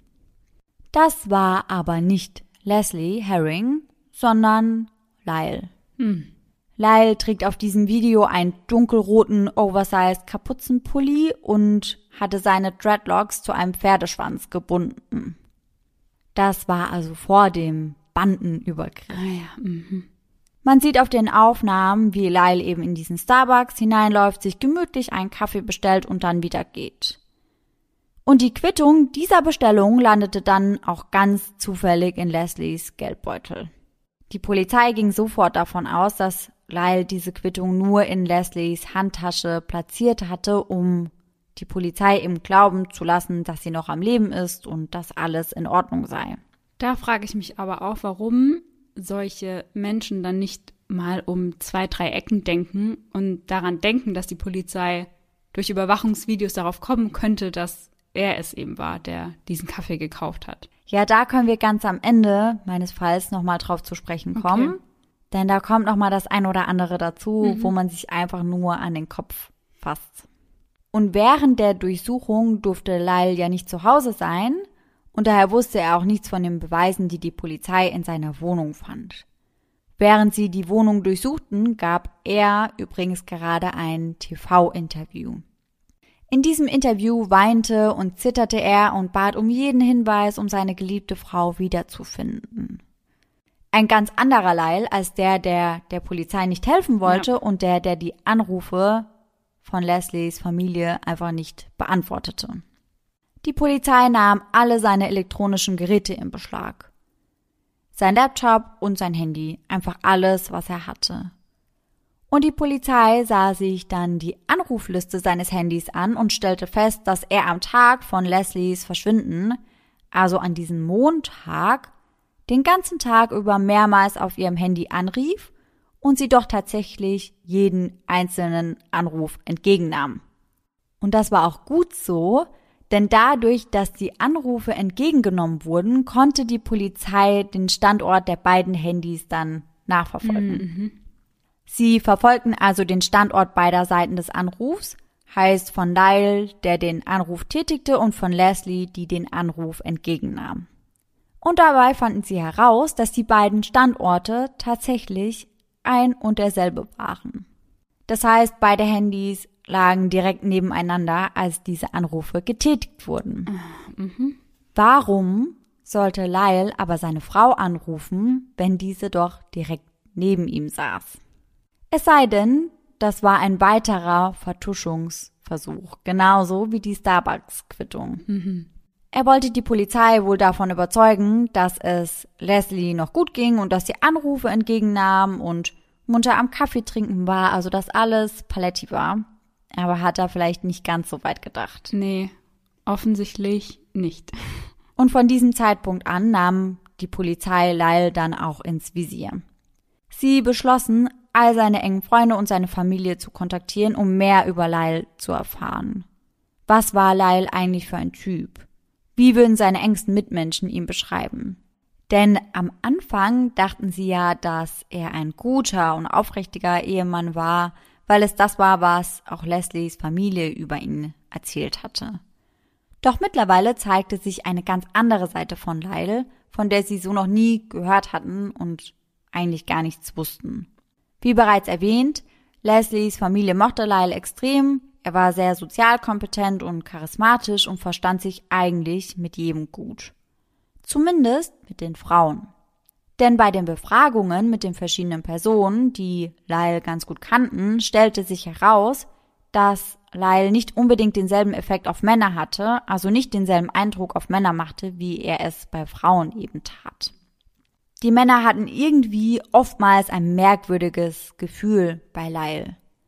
Das war aber nicht Leslie Herring, sondern Lyle. Hm. Lyle trägt auf diesem Video einen dunkelroten Oversized Kapuzenpulli und hatte seine Dreadlocks zu einem Pferdeschwanz gebunden. Das war also vor dem Bandenübergriff. Ah ja, mhm. Man sieht auf den Aufnahmen, wie Lyle eben in diesen Starbucks hineinläuft, sich gemütlich einen Kaffee bestellt und dann wieder geht. Und die Quittung dieser Bestellung landete dann auch ganz zufällig in Leslies Geldbeutel. Die Polizei ging sofort davon aus, dass Lyle diese Quittung nur in Leslies Handtasche platziert hatte, um die Polizei eben glauben zu lassen, dass sie noch am Leben ist und dass alles in Ordnung sei. Da frage ich mich aber auch, warum solche Menschen dann nicht mal um zwei, drei Ecken denken und daran denken, dass die Polizei durch Überwachungsvideos darauf kommen könnte, dass er es eben war, der diesen Kaffee gekauft hat. Ja, da können wir ganz am Ende meines Falls nochmal drauf zu sprechen kommen. Okay. Denn da kommt nochmal das ein oder andere dazu, mhm. wo man sich einfach nur an den Kopf fasst. Und während der Durchsuchung durfte Lyle ja nicht zu Hause sein und daher wusste er auch nichts von den Beweisen, die die Polizei in seiner Wohnung fand. Während sie die Wohnung durchsuchten, gab er übrigens gerade ein T V-Interview. In diesem Interview weinte und zitterte er und bat um jeden Hinweis, um seine geliebte Frau wiederzufinden. Ein ganz anderer Lyle als der, der der Polizei nicht helfen wollte ja. und der, der die Anrufe von Leslies Familie einfach nicht beantwortete. Die Polizei nahm alle seine elektronischen Geräte in Beschlag. Sein Laptop und sein Handy, einfach alles, was er hatte. Und die Polizei sah sich dann die Anrufliste seines Handys an und stellte fest, dass er am Tag von Leslies Verschwinden, also an diesem Montag, den ganzen Tag über mehrmals auf ihrem Handy anrief und sie doch tatsächlich jeden einzelnen Anruf entgegennahm. Und das war auch gut so, denn dadurch, dass die Anrufe entgegengenommen wurden, konnte die Polizei den Standort der beiden Handys dann nachverfolgen. Mhm. Sie verfolgten also den Standort beider Seiten des Anrufs, heißt von Lyle, der den Anruf tätigte, und von Leslie, die den Anruf entgegennahm. Und dabei fanden sie heraus, dass die beiden Standorte tatsächlich ein und derselbe waren. Das heißt, beide Handys lagen direkt nebeneinander, als diese Anrufe getätigt wurden. Mhm. Warum sollte Lyle aber seine Frau anrufen, wenn diese doch direkt neben ihm saß? Es sei denn, das war ein weiterer Vertuschungsversuch, genauso wie die Starbucks-Quittung. Mhm. Er wollte die Polizei wohl davon überzeugen, dass es Leslie noch gut ging und dass sie Anrufe entgegennahm und munter am Kaffee trinken war, also dass alles paletti war. Aber hat er vielleicht nicht ganz so weit gedacht. Nee, offensichtlich nicht. Und von diesem Zeitpunkt an nahm die Polizei Lyle dann auch ins Visier. Sie beschlossen, all seine engen Freunde und seine Familie zu kontaktieren, um mehr über Lyle zu erfahren. Was war Lyle eigentlich für ein Typ? Wie würden seine engsten Mitmenschen ihn beschreiben? Denn am Anfang dachten sie ja, dass er ein guter und aufrichtiger Ehemann war, weil es das war, was auch Leslies Familie über ihn erzählt hatte. Doch mittlerweile zeigte sich eine ganz andere Seite von Lyle, von der sie so noch nie gehört hatten und eigentlich gar nichts wussten. Wie bereits erwähnt, Leslies Familie mochte Lyle extrem, er war sehr sozial kompetent und charismatisch und verstand sich eigentlich mit jedem gut. Zumindest mit den Frauen. Denn bei den Befragungen mit den verschiedenen Personen, die Lyle ganz gut kannten, stellte sich heraus, dass Lyle nicht unbedingt denselben Effekt auf Männer hatte, also nicht denselben Eindruck auf Männer machte, wie er es bei Frauen eben tat. Die Männer hatten irgendwie oftmals ein merkwürdiges Gefühl bei Lyle.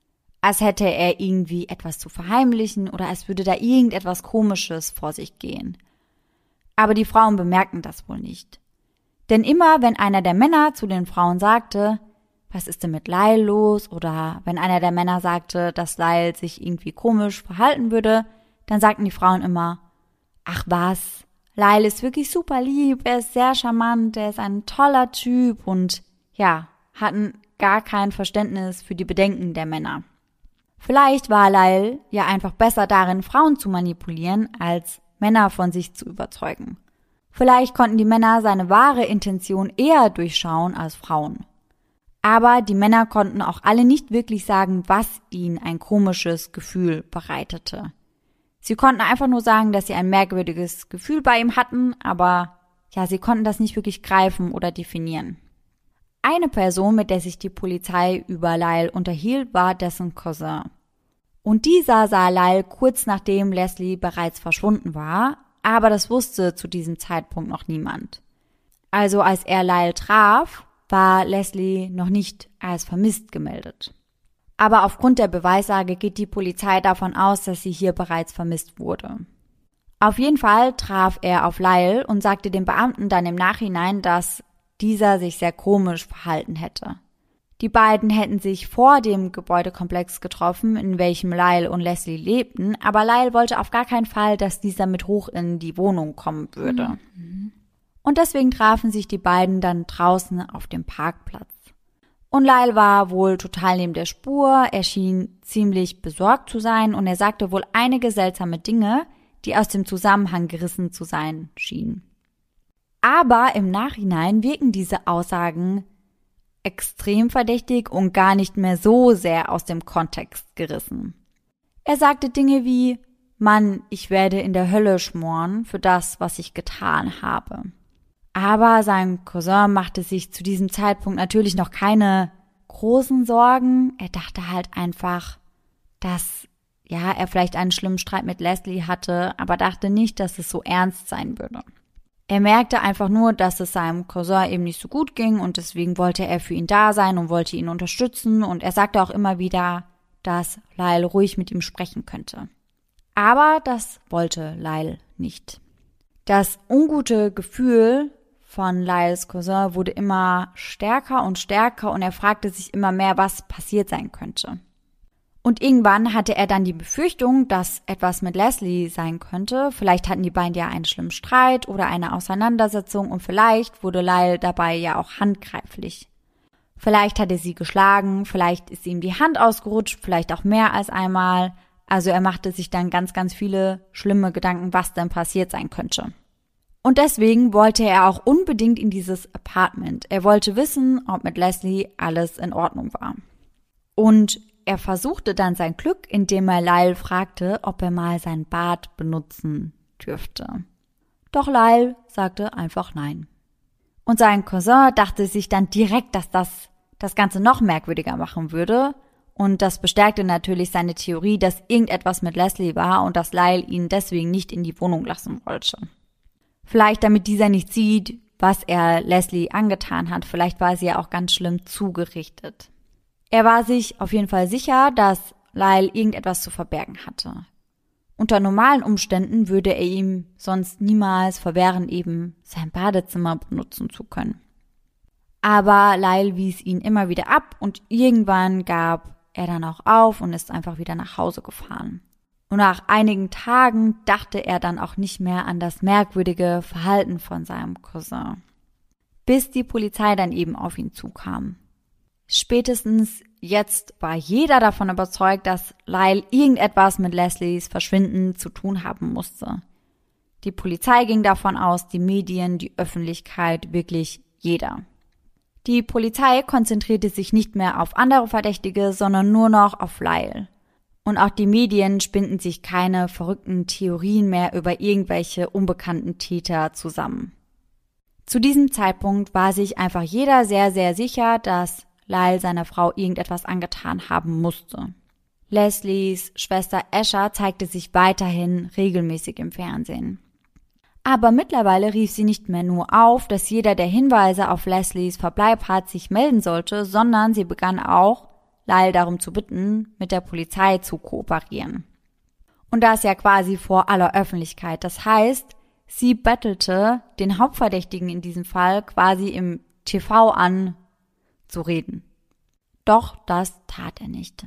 als hätte er irgendwie etwas zu verheimlichen oder als würde da irgendetwas Komisches vor sich gehen. Aber die Frauen bemerkten das wohl nicht. Denn immer, wenn einer der Männer zu den Frauen sagte, was ist denn mit Lyle los? Oder wenn einer der Männer sagte, dass Lyle sich irgendwie komisch verhalten würde, dann sagten die Frauen immer, ach was, Lyle ist wirklich super lieb, er ist sehr charmant, er ist ein toller Typ und ja, hatten gar kein Verständnis für die Bedenken der Männer. Vielleicht war Lyle ja einfach besser darin, Frauen zu manipulieren, als Männer von sich zu überzeugen. Vielleicht konnten die Männer seine wahre Intention eher durchschauen als Frauen. Aber die Männer konnten auch alle nicht wirklich sagen, was ihnen ein komisches Gefühl bereitete. Sie konnten einfach nur sagen, dass sie ein merkwürdiges Gefühl bei ihm hatten, aber ja, sie konnten das nicht wirklich greifen oder definieren. Eine Person, mit der sich die Polizei über Lyle unterhielt, war dessen Cousin. Und dieser sah Lyle kurz nachdem Leslie bereits verschwunden war, aber das wusste zu diesem Zeitpunkt noch niemand. Also als er Lyle traf, war Leslie noch nicht als vermisst gemeldet. Aber aufgrund der Beweislage geht die Polizei davon aus, dass sie hier bereits vermisst wurde. Auf jeden Fall traf er auf Lyle und sagte dem Beamten dann im Nachhinein, dass dieser sich sehr komisch verhalten hätte. Die beiden hätten sich vor dem Gebäudekomplex getroffen, in welchem Lyle und Leslie lebten, aber Lyle wollte auf gar keinen Fall, dass dieser mit hoch in die Wohnung kommen würde. Mhm. Und deswegen trafen sich die beiden dann draußen auf dem Parkplatz. Und Lyle war wohl total neben der Spur, er schien ziemlich besorgt zu sein und er sagte wohl einige seltsame Dinge, die aus dem Zusammenhang gerissen zu sein schienen. Aber im Nachhinein wirken diese Aussagen extrem verdächtig und gar nicht mehr so sehr aus dem Kontext gerissen. Er sagte Dinge wie, Mann, ich werde in der Hölle schmoren für das, was ich getan habe. Aber sein Cousin machte sich zu diesem Zeitpunkt natürlich noch keine großen Sorgen. Er dachte halt einfach, dass ja er vielleicht einen schlimmen Streit mit Leslie hatte, aber dachte nicht, dass es so ernst sein würde. Er merkte einfach nur, dass es seinem Cousin eben nicht so gut ging und deswegen wollte er für ihn da sein und wollte ihn unterstützen und er sagte auch immer wieder, dass Lyle ruhig mit ihm sprechen könnte. Aber das wollte Lyle nicht. Das ungute Gefühl von Lyles Cousin wurde immer stärker und stärker und er fragte sich immer mehr, was passiert sein könnte. Und irgendwann hatte er dann die Befürchtung, dass etwas mit Leslie sein könnte. Vielleicht hatten die beiden ja einen schlimmen Streit oder eine Auseinandersetzung und vielleicht wurde Lyle dabei ja auch handgreiflich. Vielleicht hat er sie geschlagen, vielleicht ist ihm die Hand ausgerutscht, vielleicht auch mehr als einmal. Also er machte sich dann ganz, ganz viele schlimme Gedanken, was denn passiert sein könnte. Und deswegen wollte er auch unbedingt in dieses Apartment. Er wollte wissen, ob mit Leslie alles in Ordnung war. Und er versuchte dann sein Glück, indem er Lyle fragte, ob er mal sein Bad benutzen dürfte. Doch Lyle sagte einfach nein. Und sein Cousin dachte sich dann direkt, dass das das Ganze noch merkwürdiger machen würde. Und das bestärkte natürlich seine Theorie, dass irgendetwas mit Leslie war und dass Lyle ihn deswegen nicht in die Wohnung lassen wollte. Vielleicht damit dieser nicht sieht, was er Leslie angetan hat. Vielleicht war sie ja auch ganz schlimm zugerichtet. Er war sich auf jeden Fall sicher, dass Lyle irgendetwas zu verbergen hatte. Unter normalen Umständen würde er ihm sonst niemals verwehren, eben sein Badezimmer benutzen zu können. Aber Lyle wies ihn immer wieder ab und irgendwann gab er dann auch auf und ist einfach wieder nach Hause gefahren. Und nach einigen Tagen dachte er dann auch nicht mehr an das merkwürdige Verhalten von seinem Cousin. Bis die Polizei dann eben auf ihn zukam. Spätestens jetzt war jeder davon überzeugt, dass Lyle irgendetwas mit Leslies Verschwinden zu tun haben musste. Die Polizei ging davon aus, die Medien, die Öffentlichkeit, wirklich jeder. Die Polizei konzentrierte sich nicht mehr auf andere Verdächtige, sondern nur noch auf Lyle. Und auch die Medien spinnten sich keine verrückten Theorien mehr über irgendwelche unbekannten Täter zusammen. Zu diesem Zeitpunkt war sich einfach jeder sehr, sehr sicher, dass Lyle seiner Frau irgendetwas angetan haben musste. Leslies Schwester Asher zeigte sich weiterhin regelmäßig im Fernsehen. Aber mittlerweile rief sie nicht mehr nur auf, dass jeder, der Hinweise auf Leslies Verbleib hat, sich melden sollte, sondern sie begann auch, Lyle darum zu bitten, mit der Polizei zu kooperieren. Und das ja quasi vor aller Öffentlichkeit. Das heißt, sie bettelte den Hauptverdächtigen in diesem Fall quasi im T V an, zu reden. Doch das tat er nicht.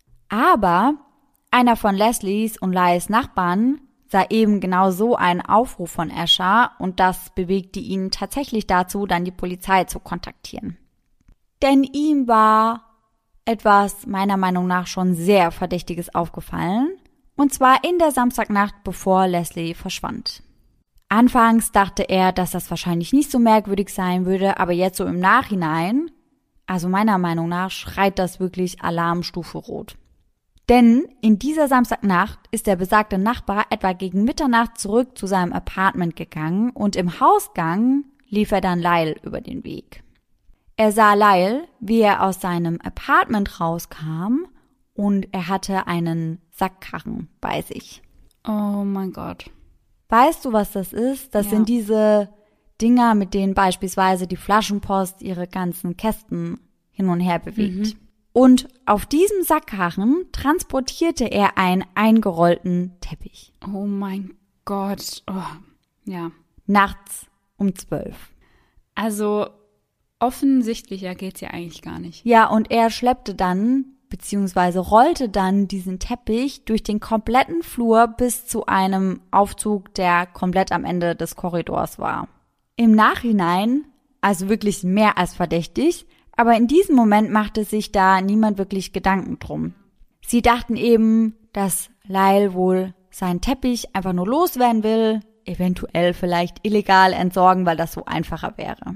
Aber einer von Leslies und Lyles Nachbarn sah eben genau so einen Aufruf von Asher und das bewegte ihn tatsächlich dazu, dann die Polizei zu kontaktieren. Denn ihm war etwas meiner Meinung nach schon sehr Verdächtiges aufgefallen, und zwar in der Samstagnacht, bevor Leslie verschwand. Anfangs dachte er, dass das wahrscheinlich nicht so merkwürdig sein würde, aber jetzt so im Nachhinein, also meiner Meinung nach, schreit das wirklich Alarmstufe Rot. Denn in dieser Samstagnacht ist der besagte Nachbar etwa gegen Mitternacht zurück zu seinem Apartment gegangen und im Hausgang lief er dann Lyle über den Weg. Er sah Lyle, wie er aus seinem Apartment rauskam und er hatte einen Sackkarren bei sich. Oh mein Gott. Weißt du, was das ist? Das Ja. sind diese Dinger, mit denen beispielsweise die Flaschenpost ihre ganzen Kästen hin und her bewegt. Mhm. Und auf diesem Sackkarren transportierte er einen eingerollten Teppich. Oh mein Gott. Oh. Ja. Nachts um zwölf. Also offensichtlicher geht's ja eigentlich gar nicht. Ja, und er schleppte dann, beziehungsweise rollte dann diesen Teppich durch den kompletten Flur bis zu einem Aufzug, der komplett am Ende des Korridors war. Im Nachhinein, also wirklich mehr als verdächtig, aber in diesem Moment machte sich da niemand wirklich Gedanken drum. Sie dachten eben, dass Lyle wohl seinen Teppich einfach nur loswerden will, eventuell vielleicht illegal entsorgen, weil das so einfacher wäre.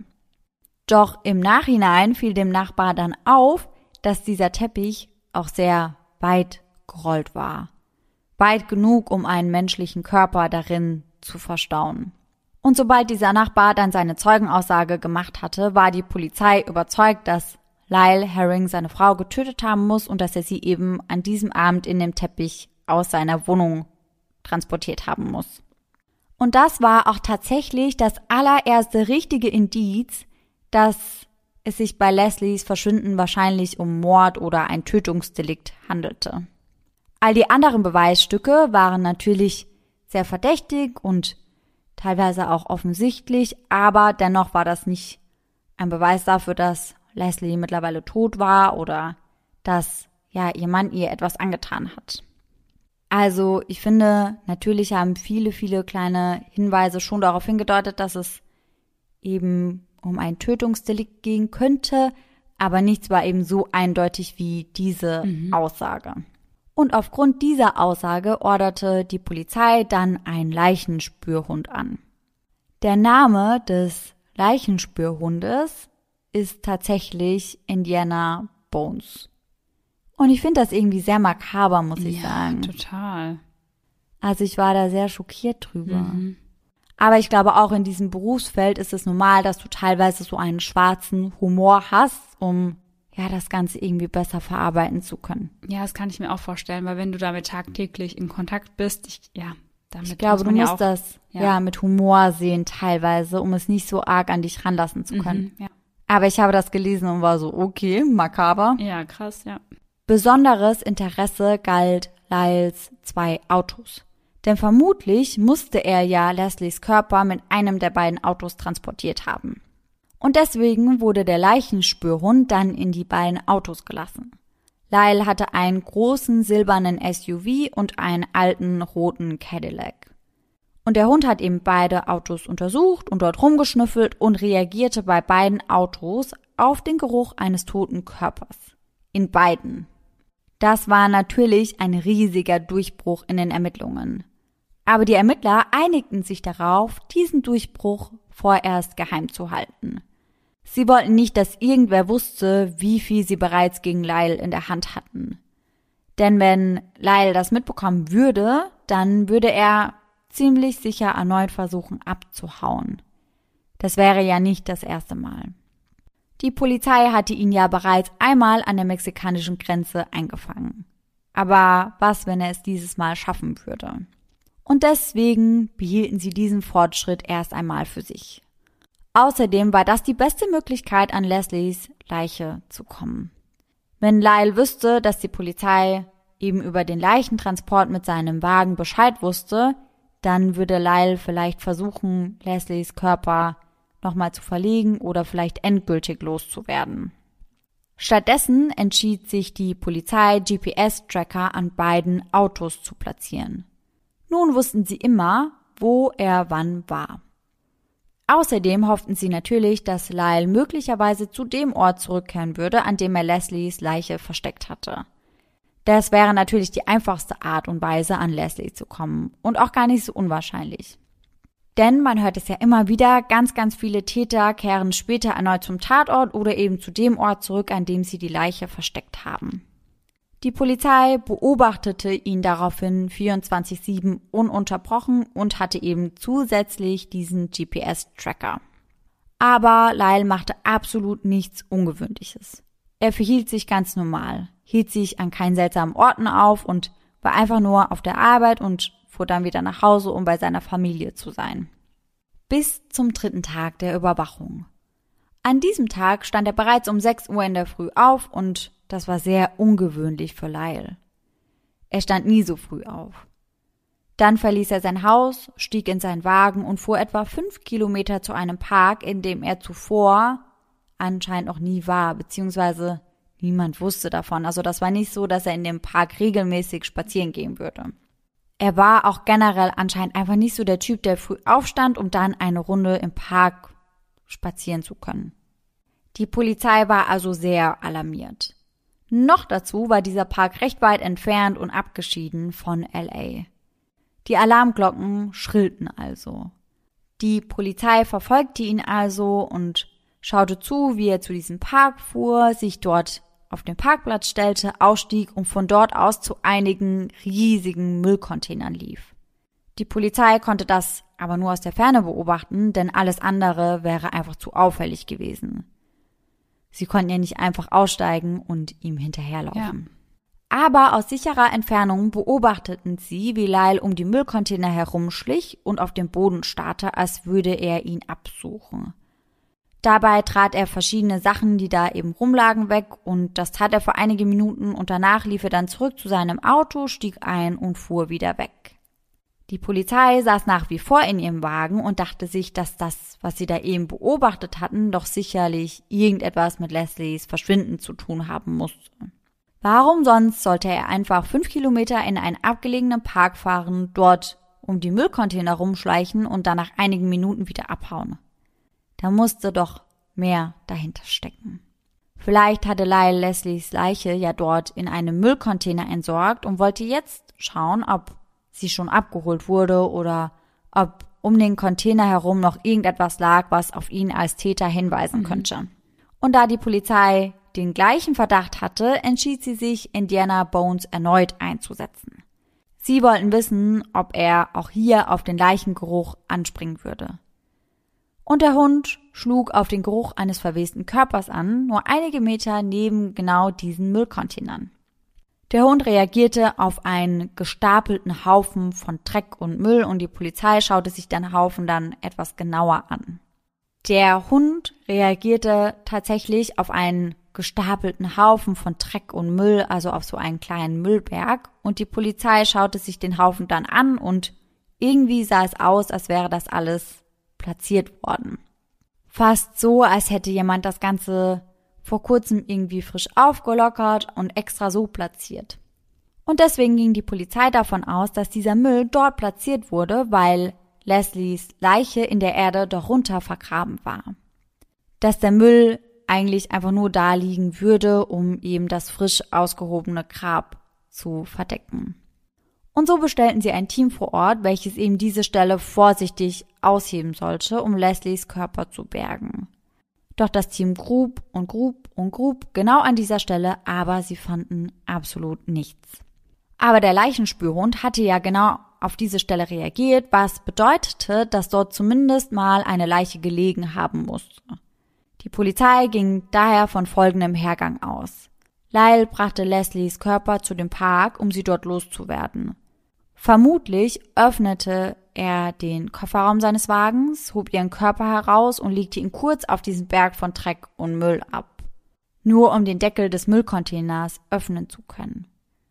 Doch im Nachhinein fiel dem Nachbar dann auf, dass dieser Teppich auch sehr weit gerollt war. Weit genug, um einen menschlichen Körper darin zu verstauen. Und sobald dieser Nachbar dann seine Zeugenaussage gemacht hatte, war die Polizei überzeugt, dass Lyle Herring seine Frau getötet haben muss und dass er sie eben an diesem Abend in dem Teppich aus seiner Wohnung transportiert haben muss. Und das war auch tatsächlich das allererste richtige Indiz, dass es sich bei Leslies Verschwinden wahrscheinlich um Mord oder ein Tötungsdelikt handelte. All die anderen Beweisstücke waren natürlich sehr verdächtig und teilweise auch offensichtlich, aber dennoch war das nicht ein Beweis dafür, dass Leslie mittlerweile tot war oder dass ja ihr Mann ihr etwas angetan hat. Also ich finde, natürlich haben viele, viele kleine Hinweise schon darauf hingedeutet, dass es eben um ein Tötungsdelikt gehen könnte, aber nichts war eben so eindeutig wie diese mhm. Aussage. Und aufgrund dieser Aussage orderte die Polizei dann einen Leichenspürhund an. Der Name des Leichenspürhundes ist tatsächlich Indiana Bones. Und ich finde das irgendwie sehr makaber, muss ich ja, sagen. Total. Also ich war da sehr schockiert drüber. Mhm. Aber ich glaube, auch in diesem Berufsfeld ist es normal, dass du teilweise so einen schwarzen Humor hast, um ja das Ganze irgendwie besser verarbeiten zu können. Ja, das kann ich mir auch vorstellen, weil wenn du damit tagtäglich in Kontakt bist, ich, ja, damit Ich glaube, muss man du ja musst auch, das ja. ja mit Humor sehen teilweise, um es nicht so arg an dich ranlassen zu können. Mhm, ja. Aber ich habe das gelesen und war so, okay, makaber. ja, krass, ja. Besonderes Interesse galt Lyles zwei Autos. Denn vermutlich musste er ja Leslies Körper mit einem der beiden Autos transportiert haben. Und deswegen wurde der Leichenspürhund dann in die beiden Autos gelassen. Lyle hatte einen großen silbernen S U V und einen alten roten Cadillac. Und der Hund hat eben beide Autos untersucht und dort rumgeschnüffelt und reagierte bei beiden Autos auf den Geruch eines toten Körpers. In beiden. Das war natürlich ein riesiger Durchbruch in den Ermittlungen. Aber die Ermittler einigten sich darauf, diesen Durchbruch vorerst geheim zu halten. Sie wollten nicht, dass irgendwer wusste, wie viel sie bereits gegen Lyle in der Hand hatten. Denn wenn Lyle das mitbekommen würde, dann würde er ziemlich sicher erneut versuchen abzuhauen. Das wäre ja nicht das erste Mal. Die Polizei hatte ihn ja bereits einmal an der mexikanischen Grenze eingefangen. Aber was, wenn er es dieses Mal schaffen würde? Und deswegen behielten sie diesen Fortschritt erst einmal für sich. Außerdem war das die beste Möglichkeit, an Leslies Leiche zu kommen. Wenn Lyle wüsste, dass die Polizei eben über den Leichentransport mit seinem Wagen Bescheid wusste, dann würde Lyle vielleicht versuchen, Leslies Körper nochmal zu verlegen oder vielleicht endgültig loszuwerden. Stattdessen entschied sich die Polizei, G P S-Tracker an beiden Autos zu platzieren. Nun wussten sie immer, wo er wann war. Außerdem hofften sie natürlich, dass Lyle möglicherweise zu dem Ort zurückkehren würde, an dem er Leslies Leiche versteckt hatte. Das wäre natürlich die einfachste Art und Weise, an Leslie zu kommen und auch gar nicht so unwahrscheinlich. Denn man hört es ja immer wieder, ganz, ganz viele Täter kehren später erneut zum Tatort oder eben zu dem Ort zurück, an dem sie die Leiche versteckt haben. Die Polizei beobachtete ihn daraufhin vierundzwanzig sieben ununterbrochen und hatte eben zusätzlich diesen G P S-Tracker. Aber Lyle machte absolut nichts Ungewöhnliches. Er verhielt sich ganz normal, hielt sich an keinen seltsamen Orten auf und war einfach nur auf der Arbeit und fuhr dann wieder nach Hause, um bei seiner Familie zu sein. Bis zum dritten Tag der Überwachung. An diesem Tag stand er bereits um sechs Uhr in der Früh auf und das war sehr ungewöhnlich für Lyle. Er stand nie so früh auf. Dann verließ er sein Haus, stieg in seinen Wagen und fuhr etwa fünf Kilometer zu einem Park, in dem er zuvor anscheinend noch nie war, beziehungsweise niemand wusste davon. Also das war nicht so, dass er in dem Park regelmäßig spazieren gehen würde. Er war auch generell anscheinend einfach nicht so der Typ, der früh aufstand, um dann eine Runde im Park spazieren zu können. Die Polizei war also sehr alarmiert. Noch dazu war dieser Park recht weit entfernt und abgeschieden von L A. Die Alarmglocken schrillten also. Die Polizei verfolgte ihn also und schaute zu, wie er zu diesem Park fuhr, sich dort auf den Parkplatz stellte, ausstieg und von dort aus zu einigen riesigen Müllcontainern lief. Die Polizei konnte das aber nur aus der Ferne beobachten, denn alles andere wäre einfach zu auffällig gewesen. Sie konnten ja nicht einfach aussteigen und ihm hinterherlaufen. Ja. Aber aus sicherer Entfernung beobachteten sie, wie Lyle um die Müllcontainer herumschlich und auf dem Boden starrte, als würde er ihn absuchen. Dabei trat er verschiedene Sachen, die da eben rumlagen, weg und das tat er für einige Minuten und danach lief er dann zurück zu seinem Auto, stieg ein und fuhr wieder weg. Die Polizei saß nach wie vor in ihrem Wagen und dachte sich, dass das, was sie da eben beobachtet hatten, doch sicherlich irgendetwas mit Leslies Verschwinden zu tun haben musste. Warum sonst sollte er einfach fünf Kilometer in einen abgelegenen Park fahren, dort um die Müllcontainer rumschleichen und dann nach einigen Minuten wieder abhauen? Da musste doch mehr dahinter stecken. Vielleicht hatte Lyle Leslies Leiche ja dort in einem Müllcontainer entsorgt und wollte jetzt schauen, ob sie schon abgeholt wurde oder ob um den Container herum noch irgendetwas lag, was auf ihn als Täter hinweisen mhm. könnte. Und da die Polizei den gleichen Verdacht hatte, entschied sie sich, Indiana Bones erneut einzusetzen. Sie wollten wissen, ob er auch hier auf den Leichengeruch anspringen würde. Und der Hund schlug auf den Geruch eines verwesten Körpers an, nur einige Meter neben genau diesen Müllcontainern. Der Hund reagierte auf einen gestapelten Haufen von Dreck und Müll und die Polizei schaute sich den Haufen dann etwas genauer an. Der Hund reagierte tatsächlich auf einen gestapelten Haufen von Dreck und Müll, also auf so einen kleinen Müllberg, und die Polizei schaute sich den Haufen dann an und irgendwie sah es aus, als wäre das alles platziert worden. Fast so, als hätte jemand das Ganze vor kurzem irgendwie frisch aufgelockert und extra so platziert. Und deswegen ging die Polizei davon aus, dass dieser Müll dort platziert wurde, weil Leslies Leiche in der Erde darunter vergraben war. Dass der Müll eigentlich einfach nur da liegen würde, um eben das frisch ausgehobene Grab zu verdecken. Und so bestellten sie ein Team vor Ort, welches eben diese Stelle vorsichtig ausheben sollte, um Leslies Körper zu bergen. Doch das Team grub und grub und grub genau an dieser Stelle, aber sie fanden absolut nichts. Aber der Leichenspürhund hatte ja genau auf diese Stelle reagiert, was bedeutete, dass dort zumindest mal eine Leiche gelegen haben musste. Die Polizei ging daher von folgendem Hergang aus. Lyle brachte Leslies Körper zu dem Park, um sie dort loszuwerden. Vermutlich öffnete er den Kofferraum seines Wagens, hob ihren Körper heraus und legte ihn kurz auf diesen Berg von Dreck und Müll ab. nur um den Deckel des Müllcontainers öffnen zu können.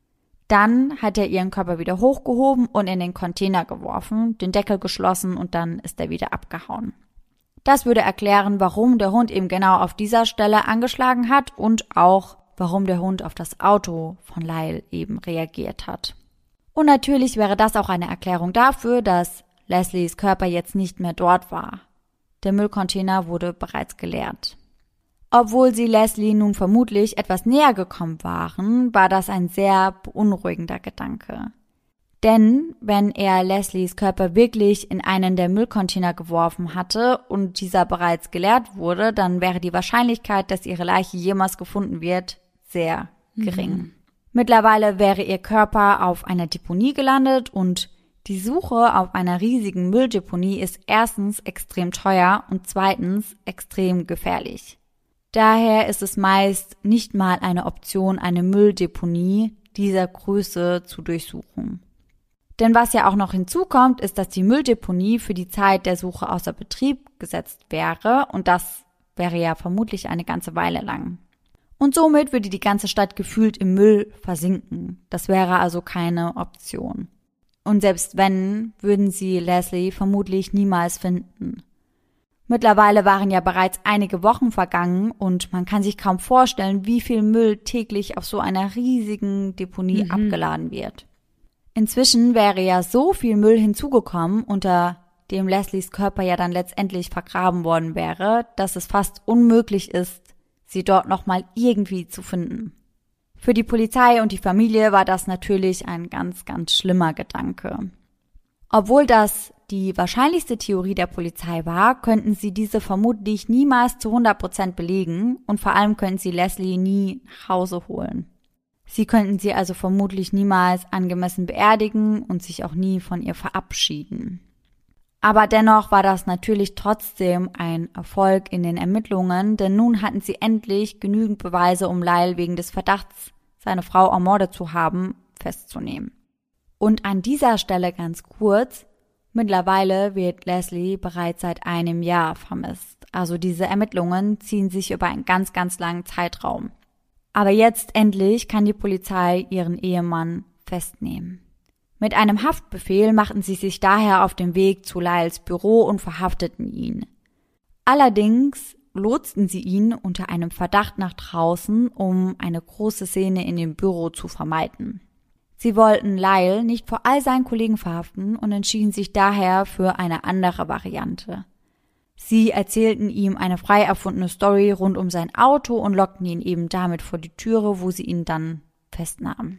Dann hat er ihren Körper wieder hochgehoben und in den Container geworfen, den Deckel geschlossen und dann ist er wieder abgehauen. Das würde erklären, warum der Hund eben genau auf dieser Stelle angeschlagen hat und auch, warum der Hund auf das Auto von Lyle eben reagiert hat. Und natürlich wäre das auch eine Erklärung dafür, dass Leslies Körper jetzt nicht mehr dort war. Der Müllcontainer wurde bereits geleert. Obwohl sie Leslie nun vermutlich etwas näher gekommen waren, war das ein sehr beunruhigender Gedanke. Denn wenn er Leslies Körper wirklich in einen der Müllcontainer geworfen hatte und dieser bereits geleert wurde, dann wäre die Wahrscheinlichkeit, dass ihre Leiche jemals gefunden wird, sehr gering. Mhm. Mittlerweile wäre ihr Körper auf einer Deponie gelandet und die Suche auf einer riesigen Mülldeponie ist erstens extrem teuer und zweitens extrem gefährlich. Daher ist es meist nicht mal eine Option, eine Mülldeponie dieser Größe zu durchsuchen. Denn was ja auch noch hinzukommt, ist, dass die Mülldeponie für die Zeit der Suche außer Betrieb gesetzt wäre und das wäre ja vermutlich eine ganze Weile lang. Und somit würde die ganze Stadt gefühlt im Müll versinken. Das wäre also keine Option. Und selbst wenn, würden sie Leslie vermutlich niemals finden. Mittlerweile waren ja bereits einige Wochen vergangen und man kann sich kaum vorstellen, wie viel Müll täglich auf so einer riesigen Deponie mhm. abgeladen wird. Inzwischen wäre ja so viel Müll hinzugekommen, unter dem Leslies Körper ja dann letztendlich vergraben worden wäre, dass es fast unmöglich ist, sie dort nochmal irgendwie zu finden. Für die Polizei und die Familie war das natürlich ein ganz, ganz schlimmer Gedanke. Obwohl das die wahrscheinlichste Theorie der Polizei war, könnten sie diese vermutlich niemals zu hundert Prozent belegen und vor allem könnten sie Leslie nie nach Hause holen. Sie könnten sie also vermutlich niemals angemessen beerdigen und sich auch nie von ihr verabschieden. Aber dennoch war das natürlich trotzdem ein Erfolg in den Ermittlungen, denn nun hatten sie endlich genügend Beweise, um Lyle wegen des Verdachts, seine Frau ermordet zu haben, festzunehmen. Und an dieser Stelle ganz kurz, mittlerweile wird Leslie bereits seit einem Jahr vermisst. Also diese Ermittlungen ziehen sich über einen ganz, ganz langen Zeitraum. Aber jetzt endlich kann die Polizei ihren Ehemann festnehmen. Mit einem Haftbefehl machten sie sich daher auf den Weg zu Lyles Büro und verhafteten ihn. Allerdings lotsten sie ihn unter einem Verdacht nach draußen, um eine große Szene in dem Büro zu vermeiden. Sie wollten Lyle nicht vor all seinen Kollegen verhaften und entschieden sich daher für eine andere Variante. Sie erzählten ihm eine frei erfundene Story rund um sein Auto und lockten ihn eben damit vor die Türe, wo sie ihn dann festnahmen.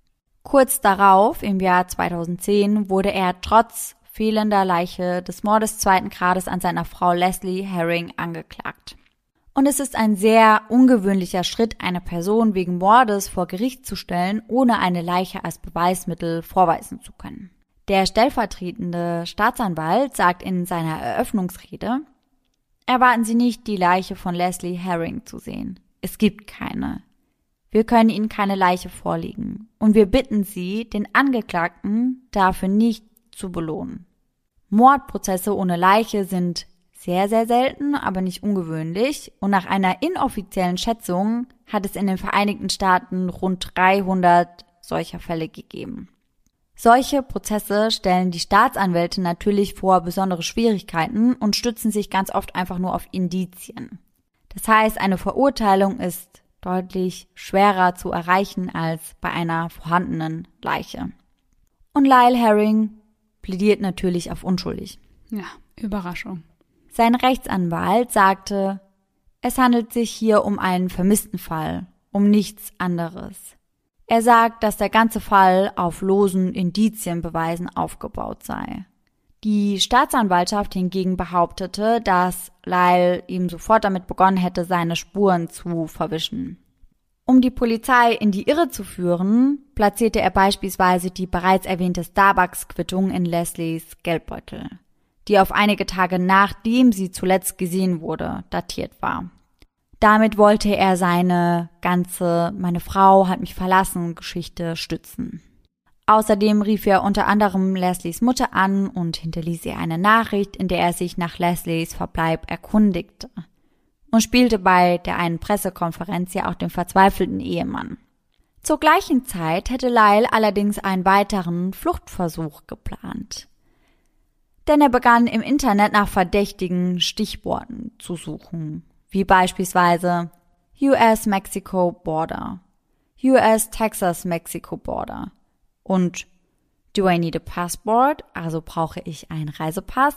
Kurz darauf, im Jahr zweitausendzehn, wurde er trotz fehlender Leiche des Mordes zweiten Grades an seiner Frau Leslie Herring angeklagt. Und es ist ein sehr ungewöhnlicher Schritt, eine Person wegen Mordes vor Gericht zu stellen, ohne eine Leiche als Beweismittel vorweisen zu können. Der stellvertretende Staatsanwalt sagt in seiner Eröffnungsrede: Erwarten Sie nicht, die Leiche von Leslie Herring zu sehen. Es gibt keine. Wir können Ihnen keine Leiche vorlegen. Und wir bitten Sie, den Angeklagten dafür nicht zu belohnen. Mordprozesse ohne Leiche sind sehr, sehr selten, aber nicht ungewöhnlich. Und nach einer inoffiziellen Schätzung hat es in den Vereinigten Staaten rund dreihundert solcher Fälle gegeben. Solche Prozesse stellen die Staatsanwälte natürlich vor besondere Schwierigkeiten und stützen sich ganz oft einfach nur auf Indizien. Das heißt, eine Verurteilung ist deutlich schwerer zu erreichen als bei einer vorhandenen Leiche. Und Lyle Herring plädiert natürlich auf unschuldig. Ja, Überraschung. Sein Rechtsanwalt sagte, es handelt sich hier um einen vermissten Fall, um nichts anderes. Er sagt, dass der ganze Fall auf losen Indizienbeweisen aufgebaut sei. Die Staatsanwaltschaft hingegen behauptete, dass Lyle ihm sofort damit begonnen hätte, seine Spuren zu verwischen. Um die Polizei in die Irre zu führen, platzierte er beispielsweise die bereits erwähnte Starbucks-Quittung in Leslies Geldbeutel, die auf einige Tage nachdem sie zuletzt gesehen wurde, datiert war. Damit wollte er seine ganze »Meine Frau hat mich verlassen« Geschichte stützen. Außerdem rief er unter anderem Leslies Mutter an und hinterließ ihr eine Nachricht, in der er sich nach Leslies Verbleib erkundigte. und spielte bei der einen Pressekonferenz ja auch den verzweifelten Ehemann. Zur gleichen Zeit hätte Lyle allerdings einen weiteren Fluchtversuch geplant. Denn er begann im Internet nach verdächtigen Stichworten zu suchen, wie beispielsweise U S-Mexico Border, U S-Texas-Mexico Border und Do I need a passport? Also brauche ich einen Reisepass?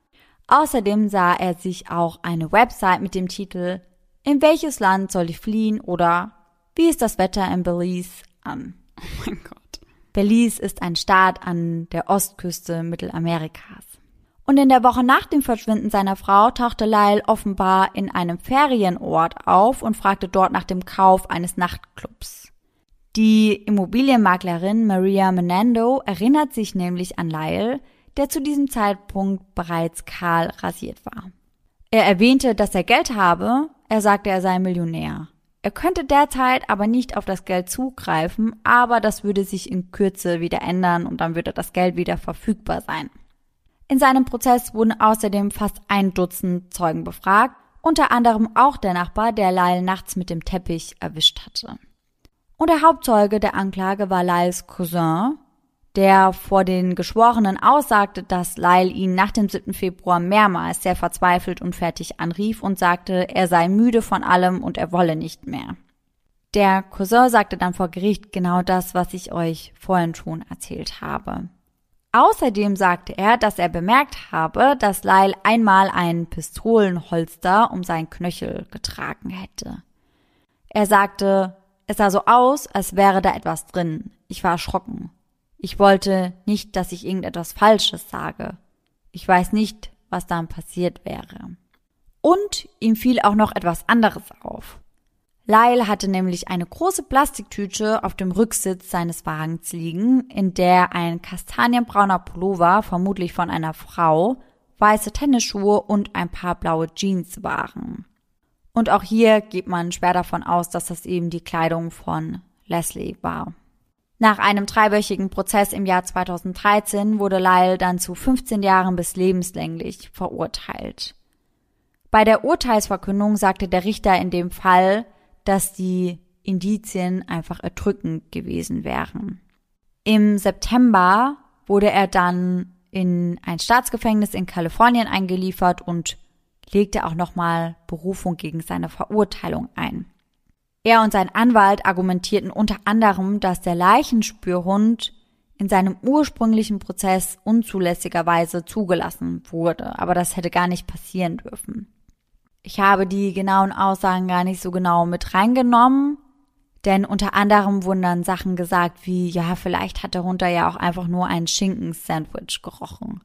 Außerdem sah er sich auch eine Website mit dem Titel In welches Land soll ich fliehen oder Wie ist das Wetter in Belize an? Oh mein Gott. Belize ist ein Staat an der Ostküste Mittelamerikas. Und in der Woche nach dem Verschwinden seiner Frau tauchte Lyle offenbar in einem Ferienort auf und fragte dort nach dem Kauf eines Nachtclubs. Die Immobilienmaklerin Maria Menando erinnert sich nämlich an Lyle, der zu diesem Zeitpunkt bereits kahl rasiert war. Er erwähnte, dass er Geld habe, er sagte, er sei Millionär. Er könnte derzeit aber nicht auf das Geld zugreifen, aber das würde sich in Kürze wieder ändern und dann würde das Geld wieder verfügbar sein. In seinem Prozess wurden außerdem fast ein Dutzend Zeugen befragt, unter anderem auch der Nachbar, der Lyle nachts mit dem Teppich erwischt hatte. Und der Hauptzeuge der Anklage war Lyles Cousin, der vor den Geschworenen aussagte, dass Lyle ihn nach dem siebten Februar mehrmals sehr verzweifelt und fertig anrief und sagte, er sei müde von allem und er wolle nicht mehr. Der Cousin sagte dann vor Gericht genau das, was ich euch vorhin schon erzählt habe. Außerdem sagte er, dass er bemerkt habe, dass Lyle einmal ein Pistolenholster um seinen Knöchel getragen hätte. Er sagte, es sah so aus, als wäre da etwas drin. Ich war erschrocken. Ich wollte nicht, dass ich irgendetwas Falsches sage. Ich weiß nicht, was dann passiert wäre. Und ihm fiel auch noch etwas anderes auf. Lyle hatte nämlich eine große Plastiktüte auf dem Rücksitz seines Wagens liegen, in der ein kastanienbrauner Pullover, vermutlich von einer Frau, weiße Tennisschuhe und ein paar blaue Jeans waren. Und auch hier geht man schwer davon aus, dass das eben die Kleidung von Leslie war. Nach einem dreiwöchigen Prozess im Jahr zweitausenddreizehn wurde Lyle dann zu fünfzehn Jahren bis lebenslänglich verurteilt. Bei der Urteilsverkündung sagte der Richter in dem Fall, dass die Indizien einfach erdrückend gewesen wären. Im September wurde er dann in ein Staatsgefängnis in Kalifornien eingeliefert und legte auch nochmal Berufung gegen seine Verurteilung ein. Er und sein Anwalt argumentierten unter anderem, dass der Leichenspürhund in seinem ursprünglichen Prozess unzulässigerweise zugelassen wurde, aber das hätte gar nicht passieren dürfen. Ich habe die genauen Aussagen gar nicht so genau mit reingenommen, denn unter anderem wurden dann Sachen gesagt wie, ja, vielleicht hat der Hund da ja auch einfach nur ein Schinken-Sandwich gerochen.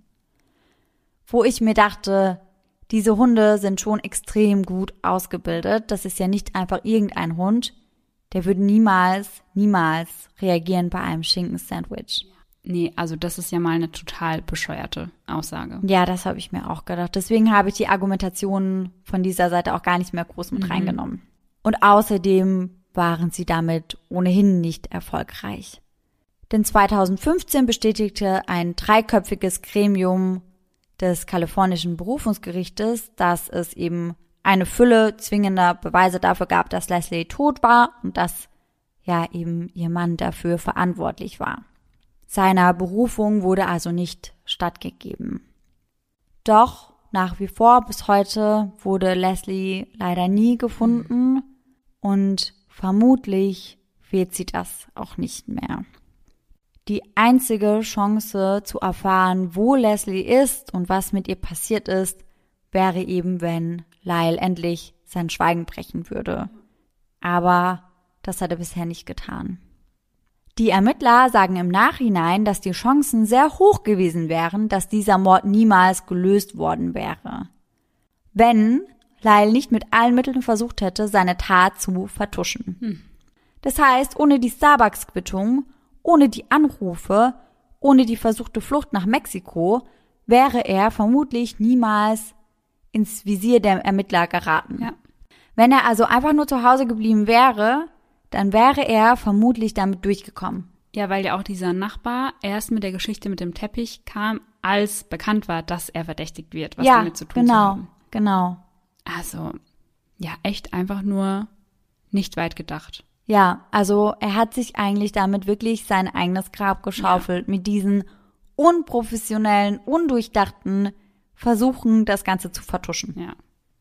Wo ich mir dachte, diese Hunde sind schon extrem gut ausgebildet. Das ist ja nicht einfach irgendein Hund. Der würde niemals, niemals reagieren bei einem Schinken-Sandwich. Nee, also das ist ja mal eine total bescheuerte Aussage. Ja, das habe ich mir auch gedacht. Deswegen habe ich die Argumentation von dieser Seite auch gar nicht mehr groß mit mhm. reingenommen. Und außerdem waren sie damit ohnehin nicht erfolgreich. Denn zweitausendfünfzehn bestätigte ein dreiköpfiges Gremium des kalifornischen Berufungsgerichtes, dass es eben eine Fülle zwingender Beweise dafür gab, dass Leslie tot war und dass ja eben ihr Mann dafür verantwortlich war. Seiner Berufung wurde also nicht stattgegeben. Doch nach wie vor bis heute wurde Leslie leider nie gefunden und vermutlich wird sie das auch nicht mehr. Die einzige Chance zu erfahren, wo Leslie ist und was mit ihr passiert ist, wäre eben, wenn Lyle endlich sein Schweigen brechen würde. Aber das hat er bisher nicht getan. Die Ermittler sagen im Nachhinein, dass die Chancen sehr hoch gewesen wären, dass dieser Mord niemals gelöst worden wäre. Wenn Lyle nicht mit allen Mitteln versucht hätte, seine Tat zu vertuschen. Hm. Das heißt, ohne die Starbucks-Quittung, ohne die Anrufe, ohne die versuchte Flucht nach Mexiko, wäre er vermutlich niemals ins Visier der Ermittler geraten. Ja. Wenn er also einfach nur zu Hause geblieben wäre, dann wäre er vermutlich damit durchgekommen. Ja, weil ja auch dieser Nachbar erst mit der Geschichte mit dem Teppich kam, als bekannt war, dass er verdächtigt wird, was ja, damit zu tun genau, zu haben. Ja, genau, genau. Also, ja echt einfach nur nicht weit gedacht. Ja, also er hat sich eigentlich damit wirklich sein eigenes Grab geschaufelt, ja. mit diesen unprofessionellen, undurchdachten Versuchen, das Ganze zu vertuschen. Ja.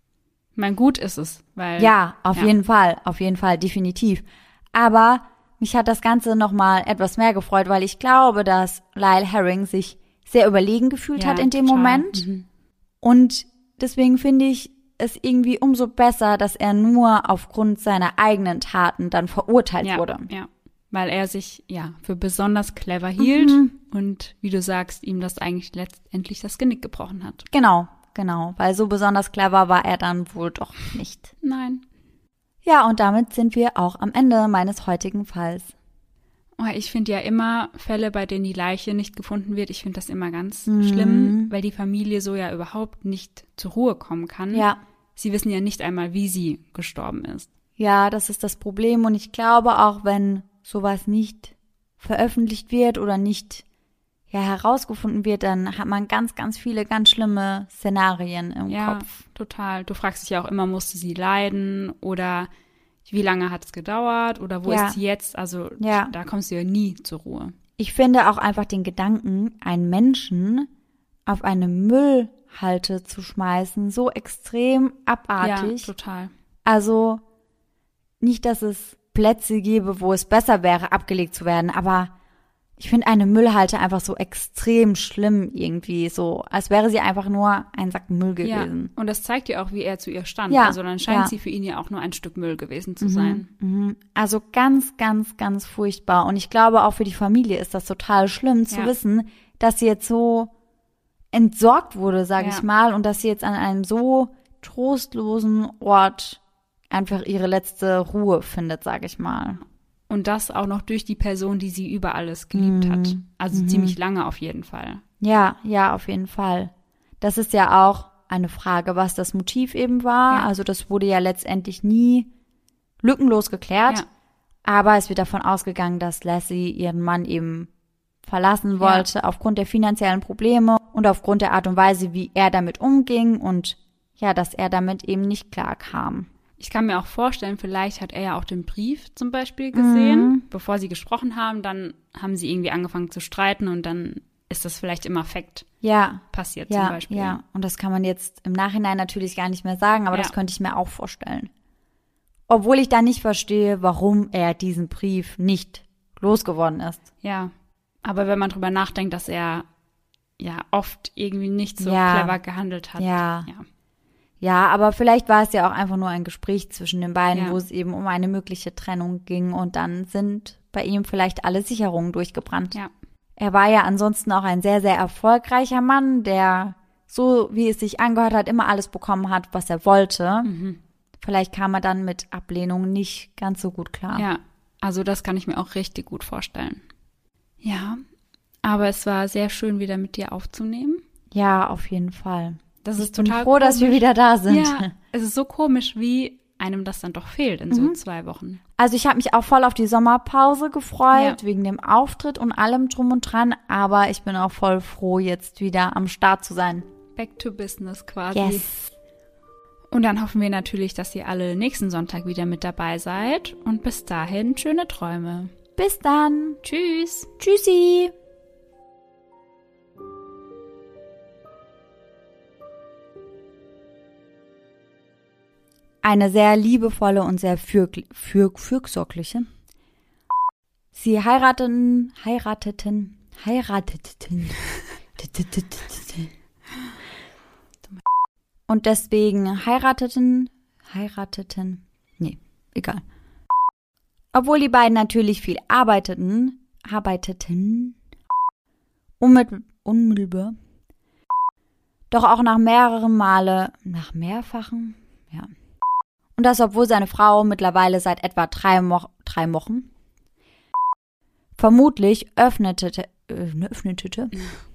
Mein Gut ist es, weil... Ja, auf ja. jeden Fall, auf jeden Fall, definitiv. Aber mich hat das Ganze nochmal etwas mehr gefreut, weil ich glaube, dass Lyle Herring sich sehr überlegen gefühlt ja, hat in dem total. Moment. Mhm. Und deswegen finde ich es irgendwie umso besser, dass er nur aufgrund seiner eigenen Taten dann verurteilt ja, wurde. Ja, weil er sich ja für besonders clever hielt mhm. und wie du sagst, ihm das eigentlich letztendlich das Genick gebrochen hat. Genau, genau, weil so besonders clever war er dann wohl doch nicht. Nein. Ja, und damit sind wir auch am Ende meines heutigen Falls. Oh, ich finde ja immer Fälle, bei denen die Leiche nicht gefunden wird, ich finde das immer ganz mhm. schlimm, weil die Familie so ja überhaupt nicht zur Ruhe kommen kann. Ja. Sie wissen ja nicht einmal, wie sie gestorben ist. Ja, das ist das Problem. Und ich glaube auch, wenn sowas nicht veröffentlicht wird oder nicht ja, herausgefunden wird, dann hat man ganz, ganz viele ganz schlimme Szenarien im ja, Kopf. Ja, total. Du fragst dich ja auch immer, musste sie leiden oder wie lange hat es gedauert oder wo ja. ist sie jetzt? Also ja. da kommst du ja nie zur Ruhe. Ich finde auch einfach den Gedanken, einen Menschen auf eine Müllhalde zu schmeißen, so extrem abartig. Ja, total. Also nicht, dass es Plätze gäbe, wo es besser wäre, abgelegt zu werden, aber ich finde eine Müllhalde einfach so extrem schlimm irgendwie, so als wäre sie einfach nur ein Sack Müll gewesen. Ja, und das zeigt ja auch, wie er zu ihr stand. Ja, also dann scheint ja. sie für ihn ja auch nur ein Stück Müll gewesen zu mhm, sein. Mhm. Also ganz, ganz, ganz furchtbar. Und ich glaube, auch für die Familie ist das total schlimm zu ja. wissen, dass sie jetzt so entsorgt wurde, sage ja. ich mal, und dass sie jetzt an einem so trostlosen Ort einfach ihre letzte Ruhe findet, sage ich mal. Und das auch noch durch die Person, die sie über alles geliebt mhm. hat. Also mhm. ziemlich lange auf jeden Fall. Ja, ja, auf jeden Fall. Das ist ja auch eine Frage, was das Motiv eben war. Ja. Also das wurde ja letztendlich nie lückenlos geklärt. Ja. Aber es wird davon ausgegangen, dass Lassie ihren Mann eben verlassen wollte, ja. aufgrund der finanziellen Probleme und aufgrund der Art und Weise, wie er damit umging und ja, dass er damit eben nicht klar kam. Ich kann mir auch vorstellen, vielleicht hat er ja auch den Brief zum Beispiel gesehen, mhm. bevor sie gesprochen haben. Dann haben sie irgendwie angefangen zu streiten und dann ist das vielleicht im Affekt ja. passiert ja, zum Beispiel. Ja, und das kann man jetzt im Nachhinein natürlich gar nicht mehr sagen, aber ja. das könnte ich mir auch vorstellen. Obwohl ich da nicht verstehe, warum er diesen Brief nicht losgeworden ist. Ja, aber wenn man drüber nachdenkt, dass er ja oft irgendwie nicht so ja. clever gehandelt hat. Ja. ja. Ja, aber vielleicht war es ja auch einfach nur ein Gespräch zwischen den beiden, ja. wo es eben um eine mögliche Trennung ging und dann sind bei ihm vielleicht alle Sicherungen durchgebrannt. Ja. Er war ja ansonsten auch ein sehr, sehr erfolgreicher Mann, der, so wie es sich angehört hat, immer alles bekommen hat, was er wollte. Mhm. Vielleicht kam er dann mit Ablehnung nicht ganz so gut klar. Ja, also das kann ich mir auch richtig gut vorstellen. Ja, aber es war sehr schön, wieder mit dir aufzunehmen. Ja, auf jeden Fall. Das ich ist bin total froh, komisch. dass wir wieder da sind. Ja, es ist so komisch, wie einem das dann doch fehlt in so mhm. zwei Wochen. Also ich habe mich auch voll auf die Sommerpause gefreut, ja. wegen dem Auftritt und allem drum und dran, aber ich bin auch voll froh, jetzt wieder am Start zu sein. Back to business quasi. Yes. Und dann hoffen wir natürlich, dass ihr alle nächsten Sonntag wieder mit dabei seid und bis dahin schöne Träume. Bis dann. Tschüss. Tschüssi. Eine sehr liebevolle und sehr fürg- fürg- fürsorgliche. Sie heirateten, heirateten, heirateten. Und deswegen heirateten, heirateten, nee, egal. Obwohl die beiden natürlich viel arbeiteten, arbeiteten, unmittel- unmittelbar, doch auch nach mehreren Male, nach mehrfachen, ja. Und das, obwohl seine Frau mittlerweile seit etwa drei, Mo- drei Wochen vermutlich öffnete, äh, öffnete,